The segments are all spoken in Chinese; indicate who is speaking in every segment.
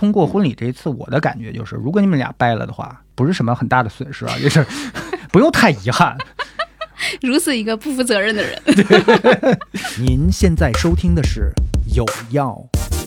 Speaker 1: 通过婚礼这一次，我的感觉就是，如果你们俩掰了的话，不是什么很大的损失啊，也是不用太遗憾。
Speaker 2: 如此一个不负责任的人。
Speaker 1: 您现在收听的是有药。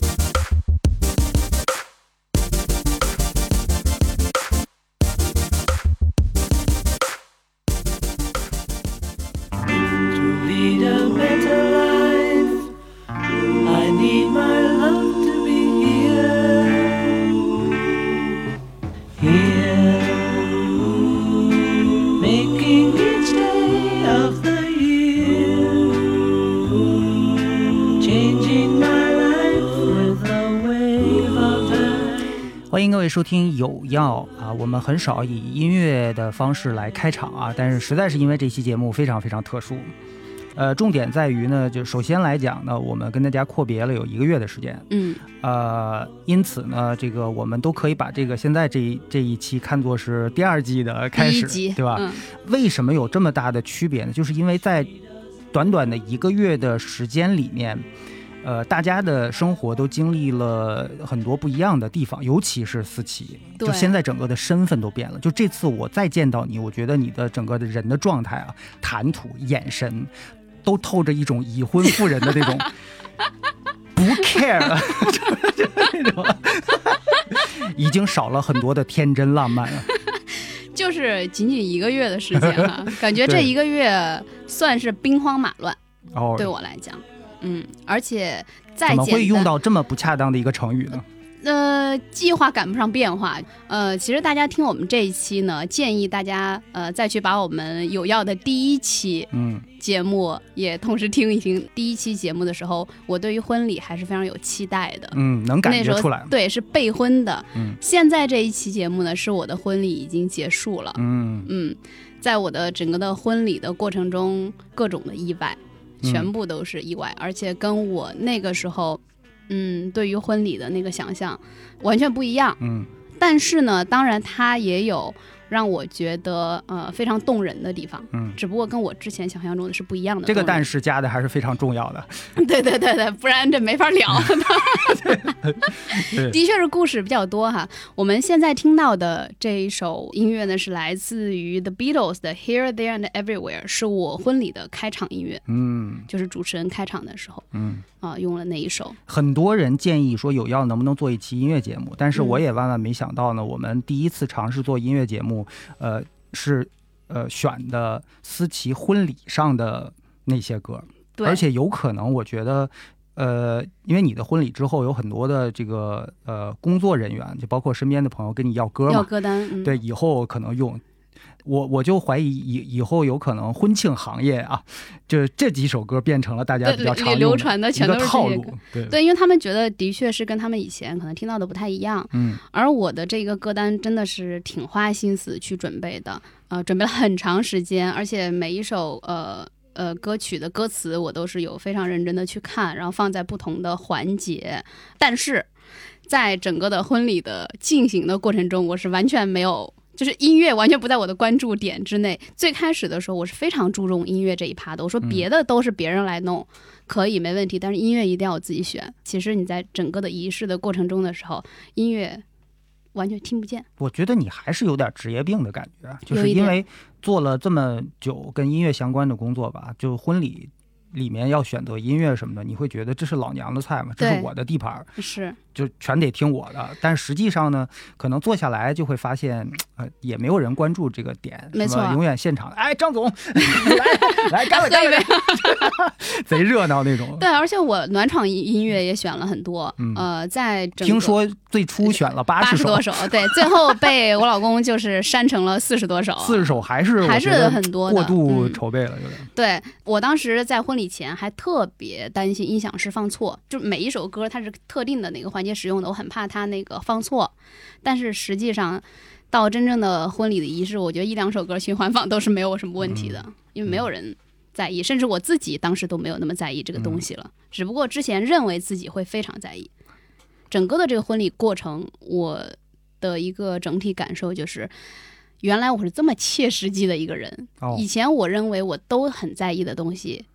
Speaker 1: 欢迎各位收听有药啊！我们很少以音乐的方式来开场啊，但是实在是因为这期节目非常非常特殊。重点在于呢，就首先来讲呢，我们跟大家阔别了有1个月的时间，因此呢，这个我们都可以把这个现在这一期看作是第2季的开始，对吧？为什么有这么大的区别呢？就是因为在短短的1个月的时间里面，大家的生活都经历了很多不一样的地方，尤其是思琪，就现在整个的身份都变了。就这次我再见到你，我觉得你的整个的人的状态啊、谈吐、眼神，都透着一种已婚妇人的那种不 care 了，就那种已经少了很多的天真浪漫了。
Speaker 2: 就是仅仅1个月的时间哈，感觉这1个月算是兵荒马乱，对我来讲。而且再
Speaker 1: 怎么会用到这么不恰当的一个成语呢？
Speaker 2: 计划赶不上变化。其实大家听我们这一期呢，建议大家再去把我们有药的第1期节目也同时听一听。第1期节目的时候，我对于婚礼还是非常有期待的，
Speaker 1: 能感觉出来。
Speaker 2: 对，是备婚的。现在这一期节目呢，是我的婚礼已经结束了。在我的整个的婚礼的过程中，各种的意外。全部都是意外，而且跟我那个时候对于婚礼的那个想象完全不一样。但是呢，当然它也有让我觉得非常动人的地方。只不过跟我之前想象中的是不一样的。
Speaker 1: 这个但是加的还是非常重要的。
Speaker 2: 对，不然这没法聊。的确是故事比较多哈。我们现在听到的这一首音乐呢，是来自于 The Beatles 的 Here, There and Everywhere， 是我婚礼的开场音乐。就是主持人开场的时候用了那一首。很
Speaker 1: 多人建议说有药能不能做一期音乐节目，但是我也万万没想到呢，我们第一次尝试做音乐节目是选的思琪婚礼上的那些歌。而且有可能我觉得因为你的婚礼之后有很多的这个工作人员，就包括身边的朋友跟你要歌嘛，
Speaker 2: 要歌单。
Speaker 1: 对，以后可能用我就怀疑以后有可能婚庆行业啊，就这几首歌变成了大家比较常用
Speaker 2: 流传的全都是
Speaker 1: 套路。
Speaker 2: 对，因为他们觉得的确是跟他们以前可能听到的不太一样。而我的这个歌单真的是挺花心思去准备的，准备了很长时间，而且每一首歌曲的歌词我都是有非常认真的去看，然后放在不同的环节。但是在整个的婚礼的进行的过程中，我是完全没有，就是音乐完全不在我的关注点之内。最开始的时候我是非常注重音乐这一趴的，我说别的都是别人来弄，可以没问题，但是音乐一定要我自己选。其实你在整个的仪式的过程中的时候，音乐完全听不见。
Speaker 1: 我觉得你还是有点职业病的感觉，就是因为做了这么久跟音乐相关的工作吧，就婚礼里面要选择音乐什么的，你会觉得这是老娘的菜嘛，这是我的地盘，
Speaker 2: 是
Speaker 1: 就全得听我的。但实际上呢，可能坐下来就会发现也没有人关注这个点，
Speaker 2: 没错，
Speaker 1: 永远现场张总来干了贼热闹那种。
Speaker 2: 对，而且我暖场音乐也选了很多。在整个
Speaker 1: 听说最初选了80
Speaker 2: 多首，对，最后被我老公就是删成了40多首。
Speaker 1: 40首还是
Speaker 2: 很多的，
Speaker 1: 过度筹备了有点。
Speaker 2: 对，我当时在婚礼前还特别担心音响师放错，就每一首歌它是特定的哪个环节使用的，我很怕它那个放错。但是实际上到真正的婚礼的仪式，我觉得1-2首歌循环放都是没有什么问题的，因为没有人在意，甚至我自己当时都没有那么在意这个东西了，只不过之前认为自己会非常在意。整个的这个婚礼过程，我的一个整体感受就是原来我是这么切实际的一个人。以前我认为我都很在意的东西，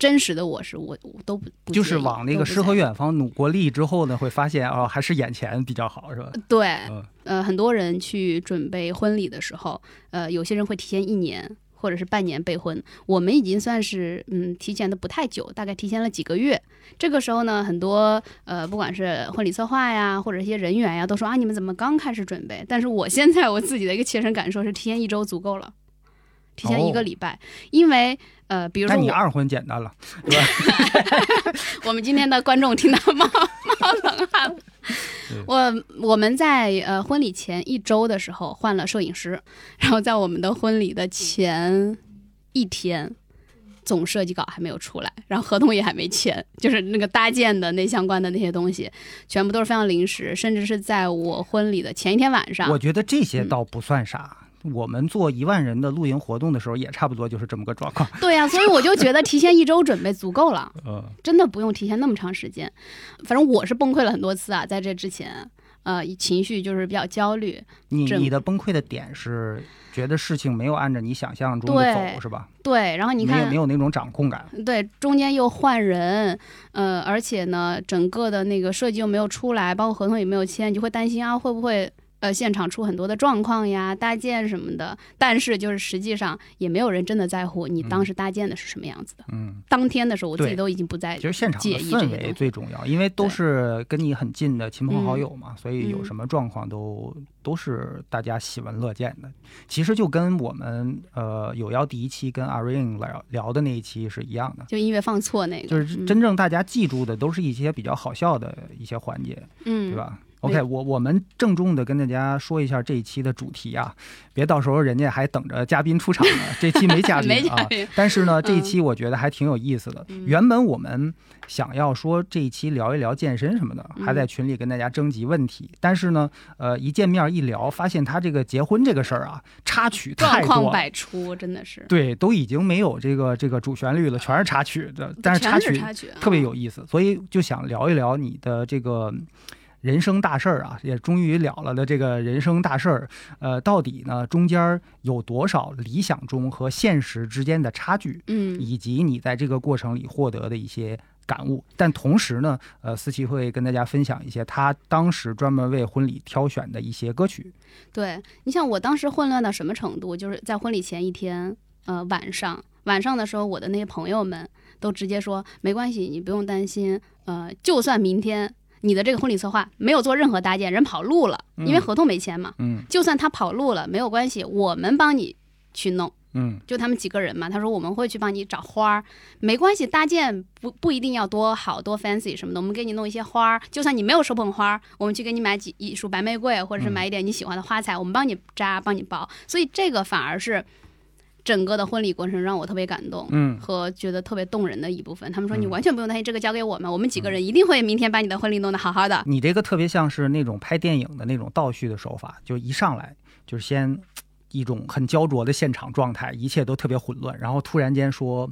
Speaker 2: 真实的我是我都不
Speaker 1: 就是往那个诗和远方努过力之后呢，会发现还是眼前比较好，是吧？
Speaker 2: 对，很多人去准备婚礼的时候，有些人会提前1年或者是半年备婚，我们已经算是提前的不太久，大概提前了几个月。这个时候呢，很多不管是婚礼策划呀，或者一些人员呀，都说你们怎么刚开始准备？但是我现在我自己的一个切身感受是，提前1周足够了。提前1个礼拜，因为比如说，
Speaker 1: 那你2婚简单了，对吧？
Speaker 2: 我们今天的观众听到冒冷汗。我们在婚礼前1周的时候换了摄影师，然后在我们的婚礼的前1天，总设计稿还没有出来，然后合同也还没签，就是那个搭建的那相关的那些东西，全部都是非常临时，甚至是在我婚礼的前1天晚上。
Speaker 1: 我觉得这些倒不算啥。我们做1万人的露营活动的时候，也差不多就是这么个状况。
Speaker 2: 对呀，所以我就觉得提前1周准备足够了，真的不用提前那么长时间。反正我是崩溃了很多次啊，在这之前，情绪就是比较焦虑。
Speaker 1: 你的崩溃的点是觉得事情没有按照你想象中的走，是吧？
Speaker 2: 对，然后你看
Speaker 1: 没有那种掌控感。
Speaker 2: 对，中间又换人，而且呢，整个的那个设计又没有出来，包括合同也没有签，你就会担心会不会现场出很多的状况呀，搭建什么的。但是就是实际上也没有人真的在乎你当时搭建的是什么样子的。当天的时候我自己都已经不再介意这些东西。
Speaker 1: 其实现场的氛围最重要，因为都是跟你很近的亲朋好友嘛，所以有什么状况都是大家喜闻乐见的。其实就跟我们有邀第1期跟 Irene 聊的那一期是一样的，
Speaker 2: 就音乐放错那个，
Speaker 1: 就是真正大家记住的都是一些比较好笑的一些环节，对吧？OK， 我们郑重的跟大家说一下这一期的主题啊，别到时候人家还等着嘉宾出场呢。这期没嘉宾啊，但是呢，这一期我觉得还挺有意思的。原本我们想要说这一期聊一聊健身什么的，还在群里跟大家征集问题，但是呢，一见面一聊，发现他这个结婚这个事儿啊，插曲太多，
Speaker 2: 状况百出，真的是。
Speaker 1: 对，都已经没有这个主旋律了，全是插曲的，但是插曲特别有意思，所以就想聊一聊你的这个人生大事儿啊，也终于了了的这个人生大事儿，到底呢中间有多少理想中和现实之间的差距，以及你在这个过程里获得的一些感悟。但同时呢，思琪会跟大家分享一些他当时专门为婚礼挑选的一些歌曲。
Speaker 2: 对，你像我当时混乱到什么程度，就是在婚礼前1天，晚上的时候，我的那些朋友们都直接说没关系，你不用担心，就算明天你的这个婚礼策划没有做任何搭建，人跑路了，因为合同没签嘛，就算他跑路了没有关系，我们帮你去弄，就他们几个人嘛，他说我们会去帮你找花，没关系，搭建不一定要多好多 fancy 什么的，我们给你弄一些花，就算你没有手捧花，我们去给你买一束白玫瑰，或者是买一点你喜欢的花材，我们帮你扎帮你包，所以这个反而是整个的婚礼过程让我特别感动，和觉得特别动人的一部分。他们说你完全不用担心，这个交给我们，我们几个人一定会明天把你的婚礼弄得好好的。
Speaker 1: 你这个特别像是那种拍电影的那种倒叙的手法，就一上来就是先一种很焦灼的现场状态，一切都特别混乱，然后突然间说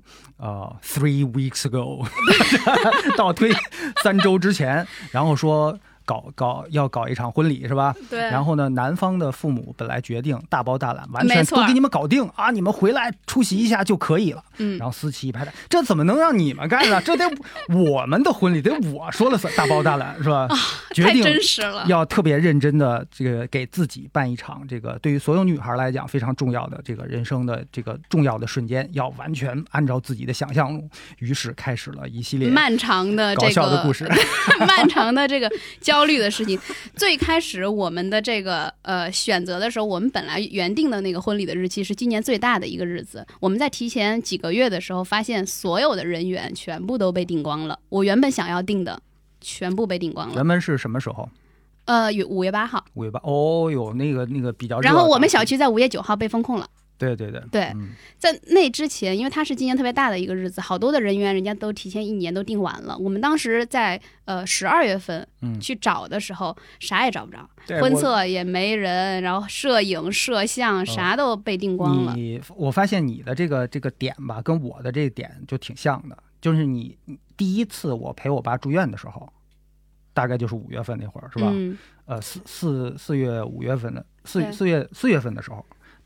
Speaker 1: 3 weeks ago 倒推3周之前，然后说要搞一场婚礼是吧？
Speaker 2: 对。
Speaker 1: 然后呢，男方的父母本来决定大包大揽，完全都给你们搞定啊，你们回来出席一下就可以了。然后思琪一拍台，这怎么能让你们干呢？这得我们的婚礼得我说了算，大包大揽是吧？决定
Speaker 2: 太真实了，
Speaker 1: 要特别认真的这个给自己办一场这个对于所有女孩来讲非常重要的这个人生的这个重要的瞬间，要完全按照自己的想象。于是开始了一系列
Speaker 2: 漫长的
Speaker 1: 搞笑的故事，
Speaker 2: 漫长的这个焦虑的事情。最开始我们的这个选择的时候，我们本来原定的那个婚礼的日期是今年最大的一个日子，我们在提前几个月的时候发现所有的人员全部都被订光了，我原本想要订的全部被订光了。
Speaker 1: 原本是什么时候
Speaker 2: ？5月8号。
Speaker 1: 5月8，哦哟，那个比较热。
Speaker 2: 然后我们小区在5月9号被封控了。
Speaker 1: 对，
Speaker 2: 在那之前，因为它是今年特别大的一个日子，好多的人员人家都提前1年都订完了。我们当时在12月份去找的时候，啥也找不着，婚策也没人，然后摄影摄像啥都被订光了。
Speaker 1: 我发现你的这个点吧，跟我的这个点就挺像的，就是你第一次我陪我爸住院的时候，大概就是5月份那会儿是吧？4月5月份的4月份的时候。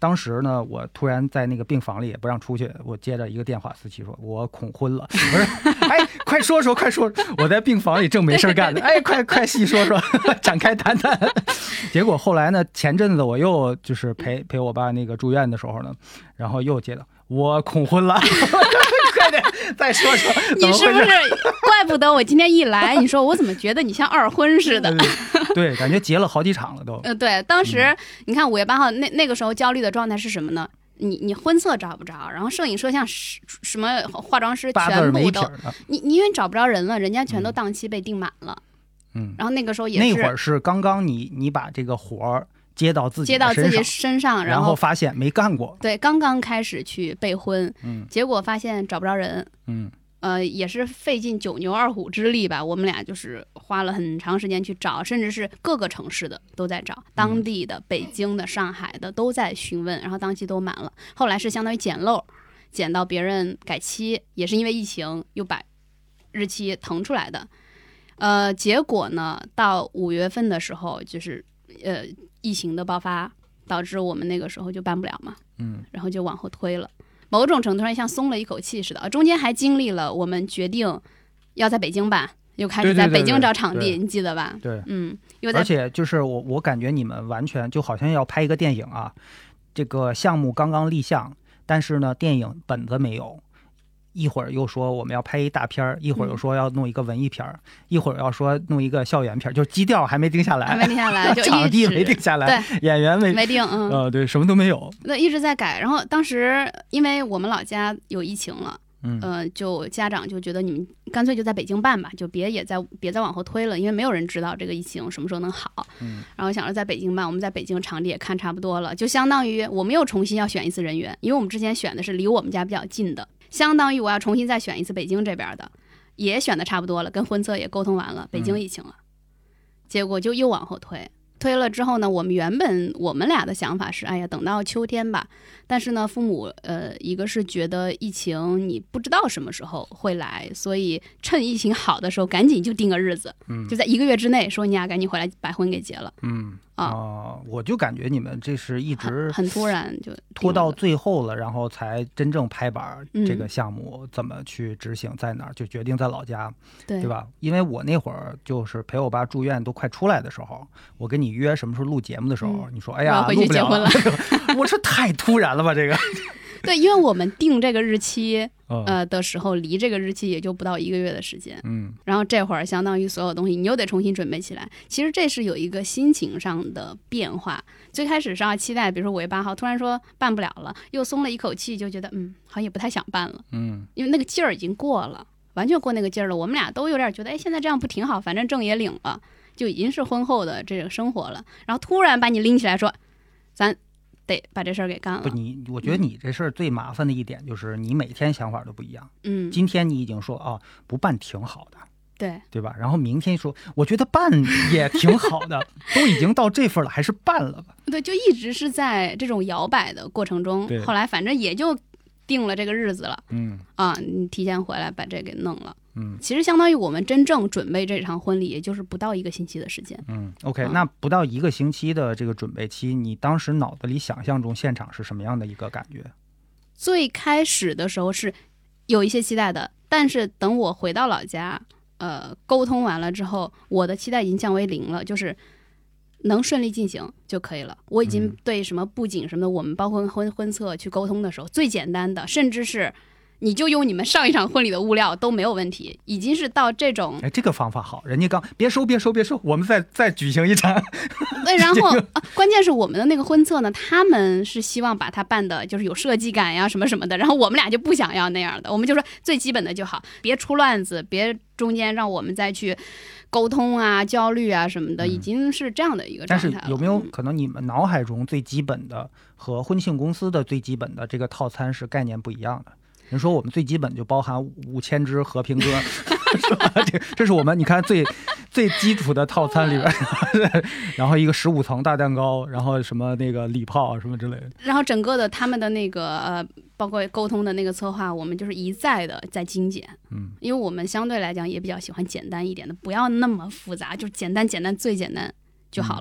Speaker 1: 当时呢，我突然在那个病房里也不让出去，我接着一个电话，思琪说我恐婚了。我说哎，快说说快说，我在病房里正没事干呢，哎，快细说说，展开谈谈。结果后来呢，前阵子我又就是陪我爸那个住院的时候呢，然后又接到我恐婚了。快点再说说，
Speaker 2: 你是不是怪不得我今天一来你说我怎么觉得你像二婚似的。
Speaker 1: 对，感觉结了好几场了都。
Speaker 2: 对，当时你看5月8号那个时候焦虑的状态是什么呢？你婚摄找不着，然后摄影摄像什么化妆师全部都你因为找不着人了，人家全都档期被订满了。然后那个时候也是
Speaker 1: 那会儿是刚刚你把这个活儿接到自己
Speaker 2: 身上，
Speaker 1: 然后发现没干过。
Speaker 2: 对，刚刚开始去备婚，结果发现找不着人，也是费尽9牛2虎之力吧。我们俩就是花了很长时间去找，甚至是各个城市的都在找，当地的、北京的、上海的都在询问，然后档期都满了。后来是相当于捡漏，捡到别人改期，也是因为疫情又把日期腾出来的。结果呢，到5月份的时候，就是疫情的爆发，导致我们那个时候就办不了嘛，然后就往后推了。某种程度上像松了一口气似的，中间还经历了我们决定要在北京办，又开始在北京找场地，你记得吧？
Speaker 1: 对，而且就是我感觉你们完全就好像要拍一个电影啊，这个项目刚刚立项，但是呢，电影本子没有。一会儿又说我们要拍一大片，一会儿又说要弄一个文艺片，一会儿要说弄一个校园片，就是基调还没定下来，
Speaker 2: 就
Speaker 1: 场地没定下来，演员
Speaker 2: 没定，
Speaker 1: 对，什么都没有，
Speaker 2: 那一直在改。然后当时因为我们老家有疫情了，就家长就觉得你们干脆就在北京办吧，就别再往后推了，因为没有人知道这个疫情什么时候能好。然后想着在北京办，我们在北京场地也看差不多了，就相当于我们又重新要选一次人员，因为我们之前选的是离我们家比较近的。相当于我要重新再选一次北京这边的，也选的差不多了，跟婚策也沟通完了，北京疫情了，结果就又往后推了之后呢，我们俩的想法是，哎呀，等到秋天吧。但是呢，父母一个是觉得疫情你不知道什么时候会来，所以趁疫情好的时候赶紧就定个日子，就在1个月之内说你俩赶紧回来把婚给结了。
Speaker 1: 我就感觉你们这是一直
Speaker 2: 很突然就
Speaker 1: 拖到最后了，然后才真正拍板这个项目怎么去执行，在哪儿就决定在老家，对吧？因为我那会儿就是陪我爸住院都快出来的时候，我跟你约什么时候录节目的时候，你说哎呀录不了了，我说太突然了吧这个。
Speaker 2: 对，因为我们定这个日期的时候，离这个日期也就不到1个月的时间，然后这会儿相当于所有东西你又得重新准备起来。其实这是有一个心情上的变化。最开始上期待，比如说5月8号突然说办不了了，又松了一口气，就觉得好像也不太想办了，因为那个劲儿已经过了，完全过那个劲儿了。我们俩都有点觉得，哎，现在这样不挺好？反正证也领了，就已经是婚后的这个生活了。然后突然把你拎起来说，咱得把这事儿给干了。
Speaker 1: 我觉得你这事儿最麻烦的一点就是你每天想法都不一样。今天你已经说不办挺好的，对吧？然后明天说我觉得办也挺好的，都已经到这份了，还是办了吧？
Speaker 2: 对，就一直是在这种摇摆的过程中，后来反正也就定了这个日子了。你提前回来把这给弄了。其实相当于我们真正准备这场婚礼，也就是不到1个星期的时间。
Speaker 1: OK，那不到1个星期的这个准备期，你当时脑子里想象中现场是什么样的一个感觉？
Speaker 2: 最开始的时候是有一些期待的，但是等我回到老家，沟通完了之后，我的期待已经降为0了，就是能顺利进行就可以了。我已经对什么布景什么的，我们包括婚策去沟通的时候，最简单的，甚至是你就用你们上一场婚礼的物料都没有问题，已经是到这种。
Speaker 1: 这个方法好，人家刚别收，我们再举行一场。
Speaker 2: 对，然后关键是我们的那个婚策呢，他们是希望把它办的就是有设计感呀什么什么的，然后我们俩就不想要那样的，我们就说最基本的就好，别出乱子，别中间让我们再去沟通啊、焦虑啊什么的，已经是这样的一个状态了。
Speaker 1: 但是有没有可能你们脑海中最基本的和婚庆公司的最基本的这个套餐是概念不一样的？人说我们最基本就包含5000支和平鸽，是吧？这是我们你看最基础的套餐里边，然后一个15层大蛋糕，然后什么那个礼炮什么之类的，
Speaker 2: 然后整个的他们的那个包括沟通的那个策划，我们就是一再的在精简，因为我们相对来讲也比较喜欢简单一点的，不要那么复杂，就简单最简单就好了。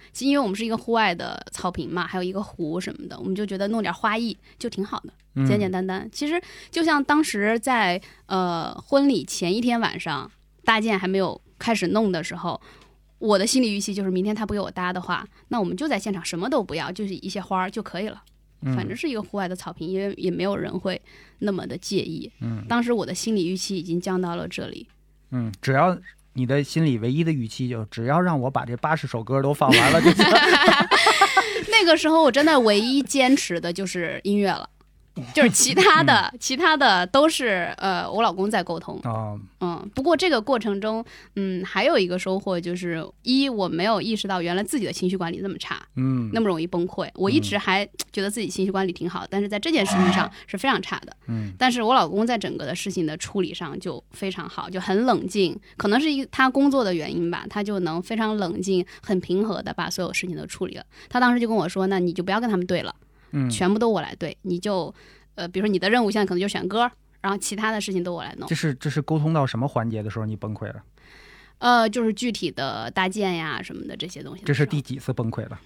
Speaker 2: 因为我们是一个户外的草坪嘛，还有一个湖什么的，我们就觉得弄点花艺就挺好的，简简单单。其实就像当时在婚礼前一天晚上，搭建还没有开始弄的时候，我的心理预期就是明天他不给我搭的话，那我们就在现场什么都不要，就是一些花就可以了。反正是一个户外的草坪，因为也没有人会那么的介意。当时我的心理预期已经降到了这里。
Speaker 1: 只要你的心里唯一的预期就只要让我把这80首歌都放完了就行。
Speaker 2: 那个时候我真的唯一坚持的就是音乐了。就是其他的都是我老公在沟通。不过这个过程中还有一个收获就是我没有意识到原来自己的情绪管理那么差，那么容易崩溃。我一直还觉得自己情绪管理挺好，但是在这件事情上是非常差的。但是我老公在整个的事情的处理上就非常好，就很冷静，可能是他工作的原因吧，他就能非常冷静很平和的把所有事情都处理了。他当时就跟我说，那你就不要跟他们对了，全部都我来对，你就比如说你的任务现在可能就选歌，然后其他的事情都我来弄。
Speaker 1: 这是沟通到什么环节的时候你崩溃了？
Speaker 2: 就是具体的搭建呀什么的这些东西。
Speaker 1: 这是第几次崩溃了？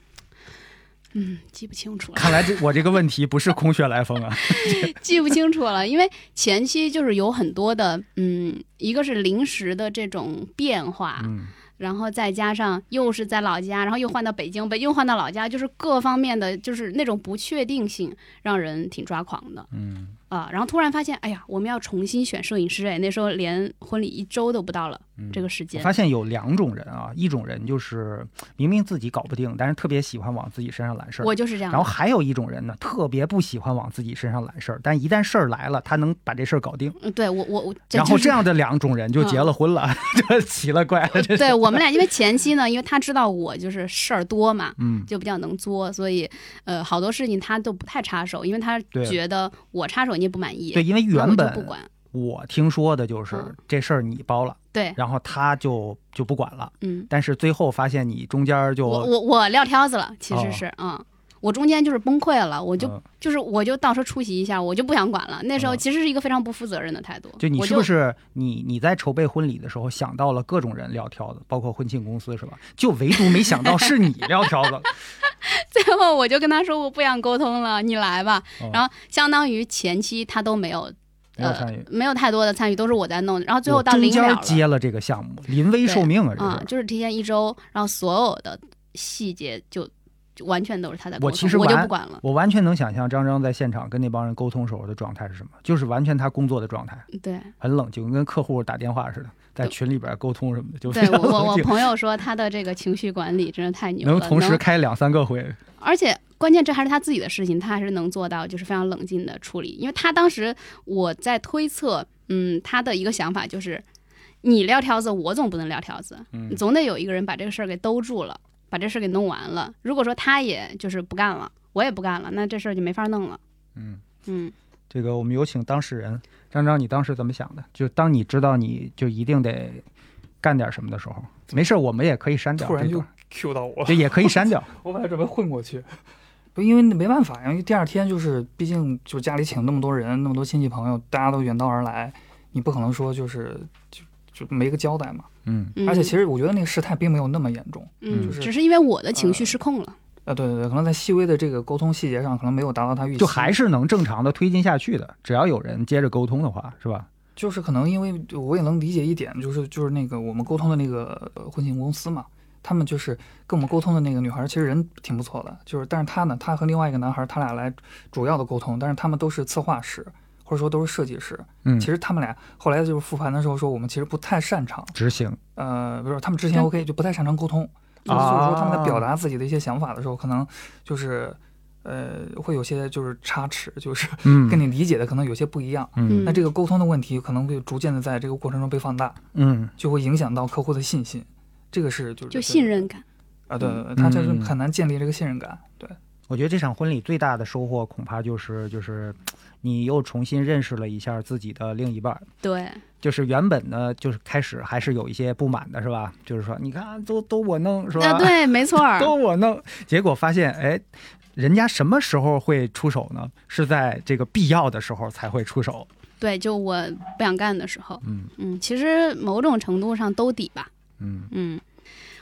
Speaker 2: 记不清楚了。
Speaker 1: 看来我这个问题不是空穴来风啊。
Speaker 2: 记不清楚了，因为前期就是有很多的一个是临时的这种变化，然后再加上又是在老家，然后又换到北京，又换到老家，就是各方面的就是那种不确定性让人挺抓狂的。然后突然发现，哎呀，我们要重新选摄影师，那时候连婚礼1周都不到了，这个时间。
Speaker 1: 我发现有2种人啊，一种人就是明明自己搞不定，但是特别喜欢往自己身上揽事儿，
Speaker 2: 我就是这样。
Speaker 1: 然后还有一种人呢，特别不喜欢往自己身上揽事儿，但一旦事儿来了，他能把这事儿搞定。
Speaker 2: 对我，
Speaker 1: 然后这样的2种人就结了婚了，这奇了怪了。
Speaker 2: 对我们俩，因为前期呢，因为他知道我就是事儿多嘛，就比较能作，所以好多事情他都不太插手，因为他觉得我插手你也不满意。
Speaker 1: 对，因为原本
Speaker 2: 不管。
Speaker 1: 我听说的就是这事儿你包了，
Speaker 2: 对，
Speaker 1: 然后他就不管了，但是最后发现你中间就
Speaker 2: 我撂挑子了，其实是我中间就是崩溃了，我就到时候出席一下，我就不想管了。那时候其实是一个非常不负责任的态度。
Speaker 1: 就你是不是你在筹备婚礼的时候想到了各种人撂挑子，包括婚庆公司是吧？就唯独没想到是你撂挑子。
Speaker 2: 最后我就跟他说我不想沟通了，你来吧。然后相当于前期他都没有没有太多的参与，都是我在弄。然后最后到临了，
Speaker 1: 中间接了这个项目，临危受命啊！这是
Speaker 2: 就是提前1周，然后所有的细节就完全都是他在沟通，
Speaker 1: 我其实
Speaker 2: 我就不管了。
Speaker 1: 我完全能想象张张在现场跟那帮人沟通时候的状态是什么，就是完全他工作的状态，
Speaker 2: 对，
Speaker 1: 很冷静，跟客户打电话似的，在群里边沟通什么的，就
Speaker 2: 对我朋友说他的这个情绪管理真的太牛了，
Speaker 1: 能同时开2、3个会，
Speaker 2: 而且关键这还是他自己的事情，他还是能做到就是非常冷静的处理。因为他当时我在推测，他的一个想法就是你撂挑子，我总不能撂挑子，总得有一个人把这个事儿给兜住了，把这事儿给弄完了。如果说他也就是不干了，我也不干了，那这事儿就没法弄了。
Speaker 1: 这个我们有请当事人张张，你当时怎么想的？就当你知道你就一定得干点什么的时候，没事，我们也可以删掉。
Speaker 3: 突然就 Q 到我，
Speaker 1: 这也可以删掉。
Speaker 3: 我本来准备混过去，不，因为没办法呀，因为第2天就是毕竟就家里请那么多人，那么多亲戚朋友，大家都远道而来，你不可能说就没个交代嘛。而且其实我觉得那个事态并没有那么严重，就是
Speaker 2: 只是因为我的情绪失控了。
Speaker 3: 对，可能在细微的这个沟通细节上，可能没有达到他预期，
Speaker 1: 就还是能正常的推进下去的，只要有人接着沟通的话，是吧？
Speaker 3: 就是可能因为我也能理解一点，就是那个我们沟通的那个婚庆公司嘛，他们就是跟我们沟通的那个女孩，其实人挺不错的，就是但是她和另外一个男孩，他俩来主要的沟通，但是他们都是策划师或者说都是设计师。其实他们俩后来就是复盘的时候说，我们其实不太擅长
Speaker 1: 执行，
Speaker 3: 比如说他们之前 OK 就不太擅长沟通。所以说他们在表达自己的一些想法的时候，可能就是会有些就是差池，就是跟你理解的可能有些不一样。那这个沟通的问题可能会逐渐的在这个过程中被放大，就会影响到客户的信心。这个是就
Speaker 2: 信任感
Speaker 3: 对，他就是很难建立这个信任感。对，
Speaker 1: 我觉得这场婚礼最大的收获恐怕就是你又重新认识了一下自己的另一半。
Speaker 2: 对。
Speaker 1: 就是原本呢，就是开始还是有一些不满的，是吧？就是说，你看，都我弄，是吧？
Speaker 2: 对，没错，
Speaker 1: 都我弄。结果发现，哎，人家什么时候会出手呢？是在这个必要的时候才会出手。
Speaker 2: 对，就我不想干的时候。其实某种程度上兜底吧。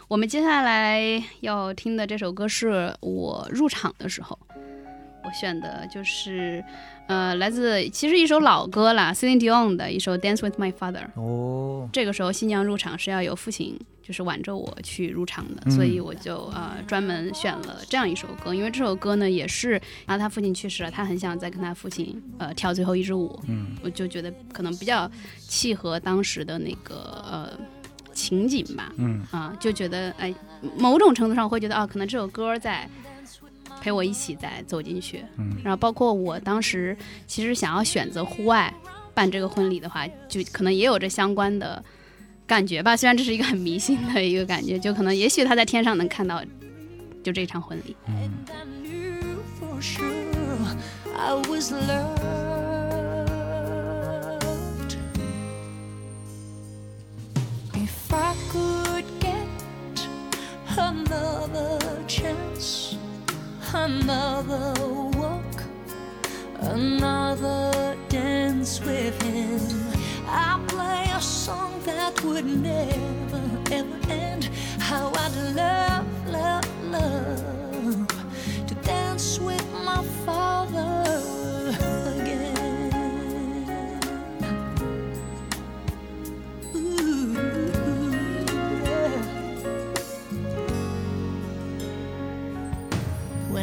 Speaker 2: 我们接下来要听的这首歌是我入场的时候，我选的就是来自其实一首老歌啦 Celine Dion 的一首 Dance with My Father。 这个时候新娘入场是要有父亲就是挽着我去入场的，所以我就专门选了这样一首歌，因为这首歌呢也是他父亲去世了，他很想再跟他父亲跳最后一支舞，我就觉得可能比较契合当时的那个情景吧，就觉得某种程度上会觉得可能这首歌在陪我一起再走进去，然后包括我当时其实想要选择户外办这个婚礼的话，就可能也有这相关的感觉吧，虽然这是一个很迷信的一个感觉，就可能也许他在天上能看到就这场婚礼。
Speaker 4: Another chance, another walk, another dance with him. I'll play a song that would never ever end. How I'd love, love, love to dance with my father again. When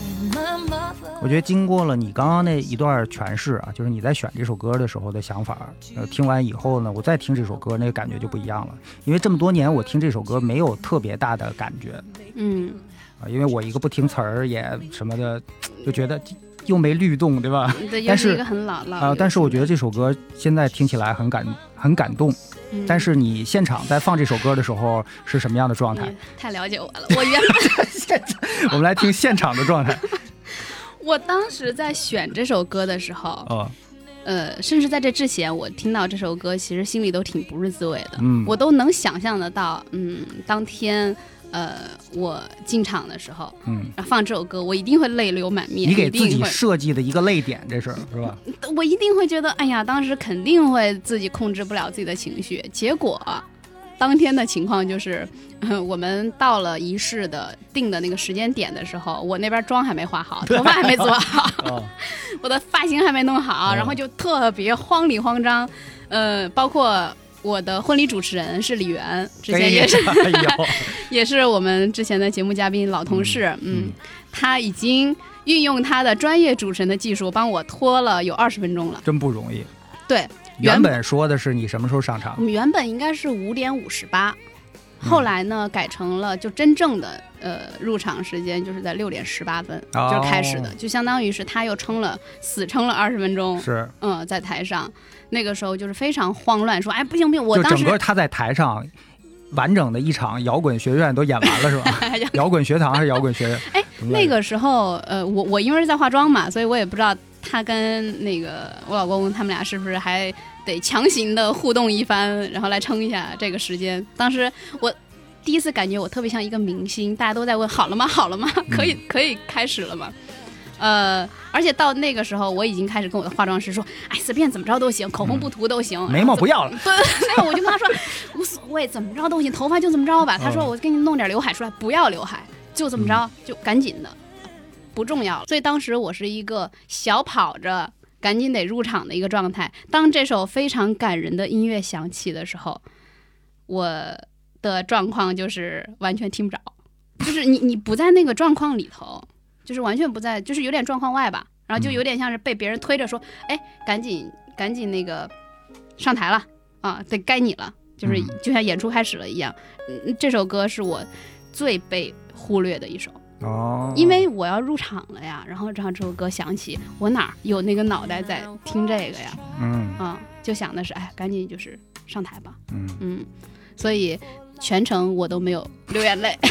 Speaker 4: my mother
Speaker 1: 我觉得经过了你刚刚那一段诠释啊，就是你在选这首歌的时候的想法，听完以后呢，我再听这首歌那个感觉就不一样了。因为这么多年我听这首歌没有特别大的感觉，因为我一个不听词儿也什么的，就觉得又没律动，对吧？
Speaker 2: 对，又是一个很老
Speaker 1: 但是我觉得这首歌现在听起来很感动。但是你现场在放这首歌的时候是什么样的状态？
Speaker 2: 太了解我了，我原本
Speaker 1: 我们来听现场的状态。
Speaker 2: 我当时在选这首歌的时候，甚至在这之前，我听到这首歌，其实心里都挺不是滋味的。我都能想象得到，当天我进场的时候，然后放这首歌，我一定会泪流满面。
Speaker 1: 你给自己设计的一个泪点，这是吧？
Speaker 2: 我一定会觉得，哎呀，当时肯定会自己控制不了自己的情绪。结果，当天的情况就是，我们到了仪式的定的那个时间点的时候，我那边妆还没化好，头发还没做好，我的发型还没弄好，然后就特别慌里慌张。包括我的婚礼主持人是李媛，之前也是也是我们之前的节目嘉宾老同事，他已经运用他的专业主持人的技术帮我拖了有20分钟了，
Speaker 1: 真不容易。
Speaker 2: 对，
Speaker 1: 原本说的是你什么时候上场？
Speaker 2: 我们原本应该是5点58，后来呢改成了就真正的入场时间就是在6点18分就开始的，就相当于是他又死撑了20分钟，
Speaker 1: 是
Speaker 2: 在台上。那个时候就是非常慌乱，说不行，我当时
Speaker 1: 就整个他在台上完整的一场摇滚学院都演完了是吧？摇滚学堂还是摇滚学院？
Speaker 2: 那个时候我因为是在化妆嘛，所以我也不知道他跟那个我老公他们俩是不是还得强行的互动一番，然后来撑一下这个时间。当时我第一次感觉我特别像一个明星，大家都在问好了吗？可以开始了吗？而且到那个时候，我已经开始跟我的化妆师说，随便怎么着都行，口红不涂都行，
Speaker 1: 眉毛不要了。
Speaker 2: 对，我就跟他说无所谓，怎么着都行，头发就这么着吧。他说我给你弄点刘海出来，不要刘海，就这么着，就赶紧的，不重要了。所以当时我是一个小跑着赶紧得入场的一个状态。当这首非常感人的音乐响起的时候，我的状况就是完全听不着，就是你不在那个状况里头。就是完全不在，就是有点状况外吧，然后就有点像是被别人推着说，赶紧那个上台了啊，得该你了，就是就像演出开始了一样。这首歌是我最被忽略的一首，因为我要入场了呀，然后这首歌响起，我哪有那个脑袋在听这个呀？就想的是，赶紧就是上台吧，所以全程我都没有流眼泪。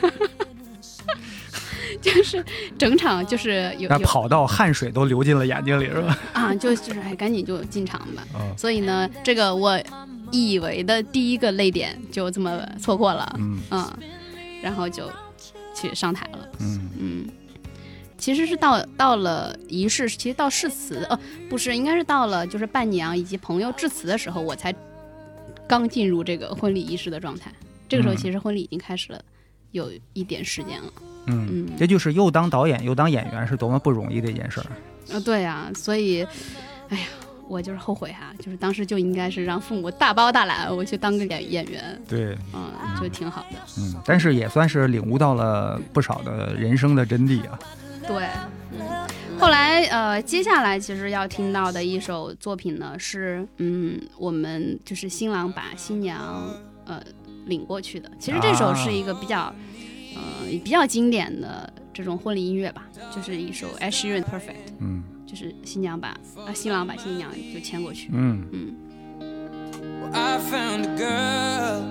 Speaker 2: 就是整场就是有
Speaker 1: 跑到汗水都流进了眼睛里是吧？
Speaker 2: 就是赶紧就进场吧。所以呢，这个我以为的第一个泪点就这么错过了，然后就去上台了。其实是到了仪式，其实到誓词不是，应该是到了就是伴娘以及朋友致辞的时候，我才刚进入这个婚礼仪式的状态。 这个时候其实婚礼已经开始了，有一点时间了。
Speaker 1: 这就是又当导演又当演员是多么不容易的一件事儿。
Speaker 2: 对啊，所以，哎呀，我就是后悔哈，就是当时就应该是让父母大包大揽，我去当个演员。
Speaker 1: 对，
Speaker 2: 就挺好的。
Speaker 1: 但是也算是领悟到了不少的人生的真谛啊。
Speaker 2: 对，后来接下来其实要听到的一首作品呢是，我们就是新郎把新娘领过去的。其实这首是一个比较经典的这种婚礼音乐吧，就是一首 Ed Sheeran Perfect，就是新郎把新娘就牵过去。
Speaker 4: Well, I found a girl,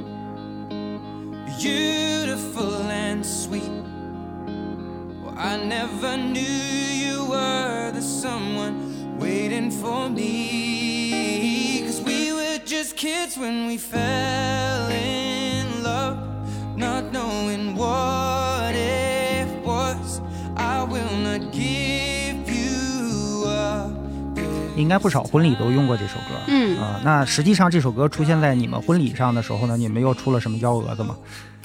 Speaker 4: beautiful and sweet. Well, I never knew you were the someone waiting for me. 'Cause we were just kids when we fell in love, not knowing what it was. I will not give you up.
Speaker 1: 应该不少婚礼都用过这首歌。那实际上这首歌出现在你们婚礼上的时候呢，你们又出了什么幺蛾子吗？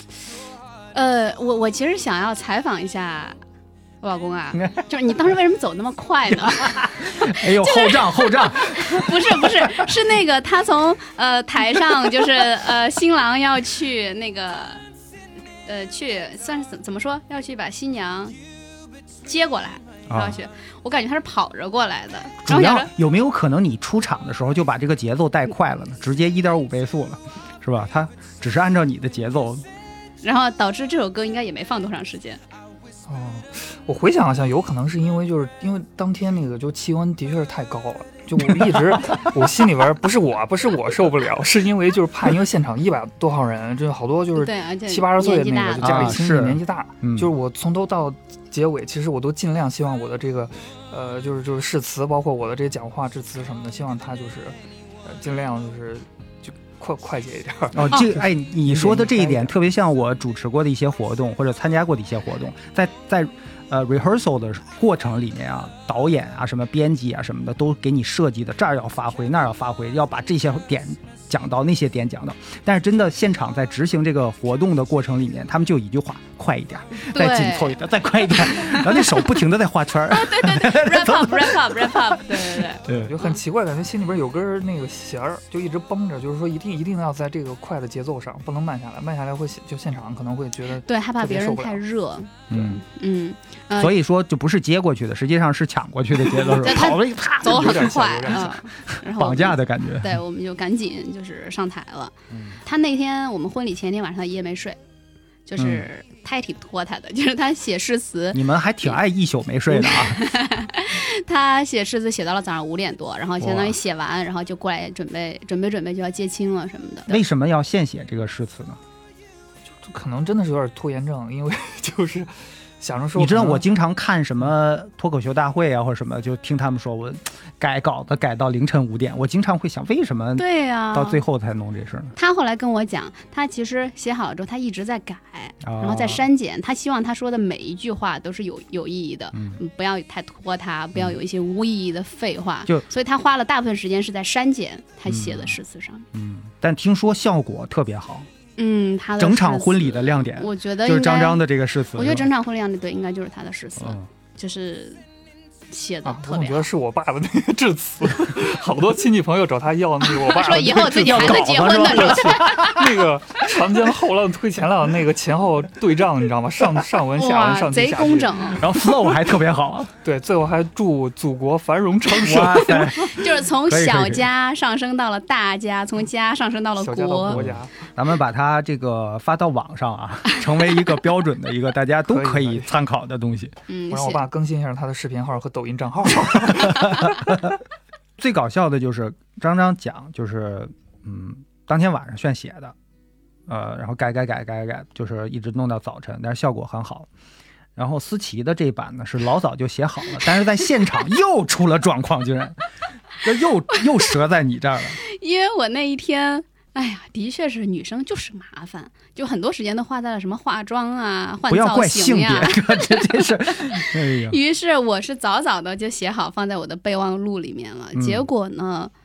Speaker 2: 我其实想要采访一下我老公啊，就是你当时为什么走那么快呢？
Speaker 1: 哎呦，后账
Speaker 2: 不是是那个他从台上就是新郎要去那个去算是怎么说，要去把新娘接过来。我感觉他是跑着过来的。
Speaker 1: 主要有没有可能你出场的时候就把这个节奏带快了呢？直接1.5倍速了，是吧？他只是按照你的节奏，然
Speaker 2: 后导致这首歌应该也没放多长时间。
Speaker 3: 我回想一下，有可能是因为当天那个就气温的确是太高了，就我一直我心里边不是我受不了，是因为就是怕，因为现场100多号人，这好多就是70、80岁的那个就家里亲戚年纪大，就是我从头到结尾，其实我都尽量希望我的这个就是誓词，包括我的这些讲话致辞什么的，希望他就是尽量就快捷一点。
Speaker 1: 你说的这一点特别像我主持过的一些活动或者参加过的一些活动，在rehearsal 的过程里面啊，导演啊什么编辑啊什么的都给你设计的这儿要发挥那儿要发挥，要把这些点讲到那些点讲到，但是真的现场在执行这个活动的过程里面，他们就一句话，快一点，再紧凑一点，再快一点，然后那手不停的在画圈
Speaker 2: 对，wrap up， 对，
Speaker 3: 就很奇怪，感觉心里边有根那个弦儿就一直绷着，就是说一定要在这个快的节奏上，不能慢下来，慢下来会就现场可能会觉得
Speaker 2: 对，害怕别人太热。
Speaker 1: 所以说就不是接过去的，实际上是抢过去的节奏，跑了一啪，
Speaker 2: 走很快，
Speaker 1: 然后绑架的感觉。
Speaker 2: 对，我们就赶紧就是上台了。他那天我们婚礼前天晚上一夜没睡，就是他也挺拖他的，就是他写誓词。
Speaker 1: 你们还挺爱一宿没睡的啊。
Speaker 2: 他写誓词写到了早上5点多，然后相当于写完，然后就过来准备就要接亲了什么的。
Speaker 1: 为什么要现写这个誓词呢？
Speaker 3: 就可能真的是有点拖延症，因为就是想着说，
Speaker 1: 你知道我经常看什么脱口秀大会啊或者什么，就听他们说我改稿子改到凌晨5点，我经常会想为什么
Speaker 2: 对呀
Speaker 1: 到最后才弄这事呢？
Speaker 2: 他后来跟我讲，他其实写好了之后他一直在改，然后再删减，他希望他说的每一句话都是有意义的，不要太拖他，不要有一些无意义的废话，所以他花了大部分时间是在删减他写的誓词上。
Speaker 1: 但听说效果特别好。
Speaker 2: 他的
Speaker 1: 整场婚礼的亮点，
Speaker 2: 我觉得
Speaker 1: 就是张张的这个誓词。
Speaker 2: 我觉得整场婚礼亮点对，应该就是他的誓词，就是写的特别好。
Speaker 3: 我觉得是我爸的那个致辞，好多亲戚朋友找他要那个我爸
Speaker 2: 说以后自己孩子结婚的时候，
Speaker 3: 那个长江后浪推前浪，那个前后对仗，你知道吗？上文下文上
Speaker 2: 贼工整，
Speaker 1: 然后 flow 还特别好。
Speaker 3: 对，最后还祝祖国繁荣昌盛。
Speaker 2: 就是从小家上升到了大家，从家上升到了国
Speaker 3: 家。
Speaker 1: 咱们把它这个发到网上啊，成为一个标准的一个大家都可以参考的东西。
Speaker 3: 我让我爸更新一下他的视频号和抖音账号。
Speaker 1: 最搞笑的就是张张讲，就是当天晚上炫写的，然后改，就是一直弄到早晨，但是效果很好。然后思琪的这版呢是老早就写好了，但是在现场又出了状况，竟然又折在你这儿了。
Speaker 2: 因为我那一天，哎呀，的确是女生就是麻烦，就很多时间都花在了什么化妆啊、换造型呀。不
Speaker 1: 要怪性别，这件事。
Speaker 2: 于是我是早早的就写好放在我的备忘录里面了。结果呢，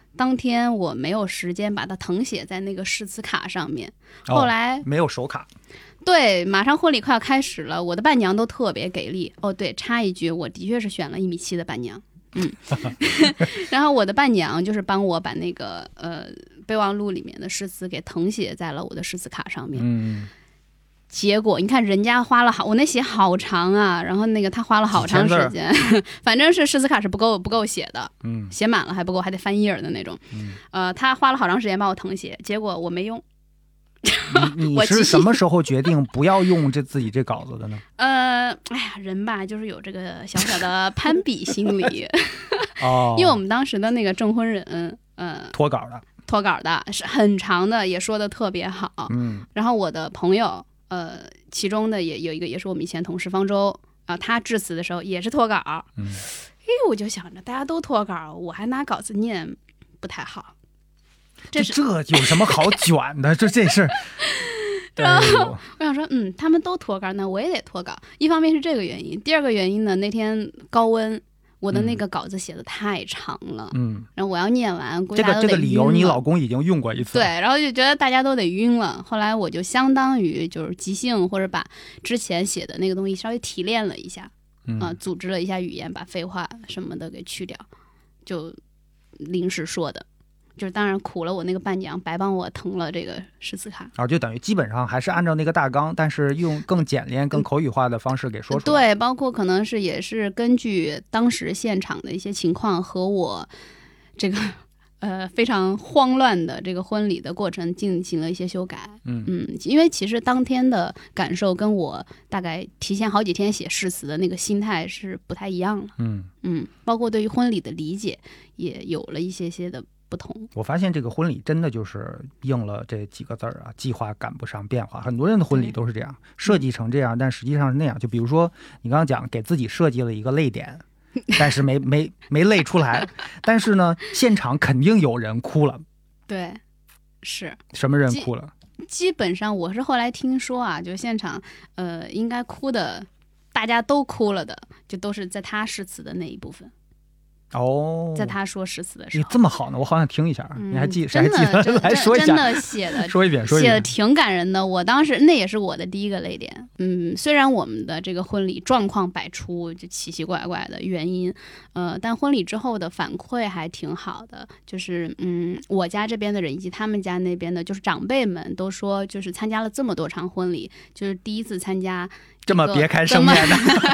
Speaker 2: 当天我没有时间把它誊写在那个誓词卡上面，后来
Speaker 1: 没有手卡。
Speaker 2: 对，马上婚礼快要开始了，我的伴娘都特别给力。哦，对，插一句，我的确是选了1.7米的伴娘。然后我的伴娘就是帮我把那个备忘录里面的誓词给誊写在了我的誓词卡上面。结果你看人家花了我那写好长啊，然后那个他花了好长时间，反正是誓词卡是不够写的，写满了还不够，还得翻页的那种。他花了好长时间帮我誊写，结果我没用。
Speaker 1: 你是什么时候决定不要用自己这稿子的呢？
Speaker 2: 哎呀，人吧就是有这个小小的攀比心理。因为我们当时的那个证婚人，脱稿的是很长的，也说的特别好。然后我的朋友，其中的也有一个也是我们以前同事方舟啊，他致辞的时候也是脱稿。我就想着大家都脱稿，我还拿稿子念，不太好。
Speaker 1: 这有什么好卷的？这事儿。
Speaker 2: 然后我想说，他们都脱稿，那我也得脱稿。一方面是这个原因，第二个原因呢，那天高温，我的那个稿子写的太长了，然后我要念完，估计大家都得晕了。这个理由你
Speaker 1: 老公已经用过一次。
Speaker 2: 对，然后就觉得大家都得晕了。后来我就相当于就是即兴，或者把之前写的那个东西稍微提炼了一下，组织了一下语言，把废话什么的给去掉，就临时说的。就是当然苦了我那个伴娘，白帮我誊了这个誓词卡。
Speaker 1: 就等于基本上还是按照那个大纲，但是用更简练、更口语化的方式给说出
Speaker 2: 来。对，包括可能是也是根据当时现场的一些情况和我这个非常慌乱的这个婚礼的过程进行了一些修改。因为其实当天的感受跟我大概提前好几天写誓词的那个心态是不太一样了。包括对于婚礼的理解也有了一些的不同。
Speaker 1: 我发现这个婚礼真的就是应了这几个字啊，计划赶不上变化。很多人的婚礼都是这样，设计成这样，但实际上是那样。就比如说你刚刚讲给自己设计了一个泪点，但是没泪出来，但是呢现场肯定有人哭了。
Speaker 2: 对，是
Speaker 1: 什么人哭了？
Speaker 2: 基本上我是后来听说啊，就现场应该哭的大家都哭了的，就都是在他誓词的那一部分。在他说誓词的时候。
Speaker 1: 你这么好呢，我好想听一下。你还记谁还记得？来说一下。
Speaker 2: 真的写的
Speaker 1: 说一遍，
Speaker 2: 写的挺感人的。我当时那也是我的第一个泪点。虽然我们的这个婚礼状况百出，就奇奇怪怪的原因，但婚礼之后的反馈还挺好的。就是我家这边的人以及他们家那边的，就是长辈们都说，就是参加了这么多场婚礼，就是第一次参加。
Speaker 1: 这么别开生面的，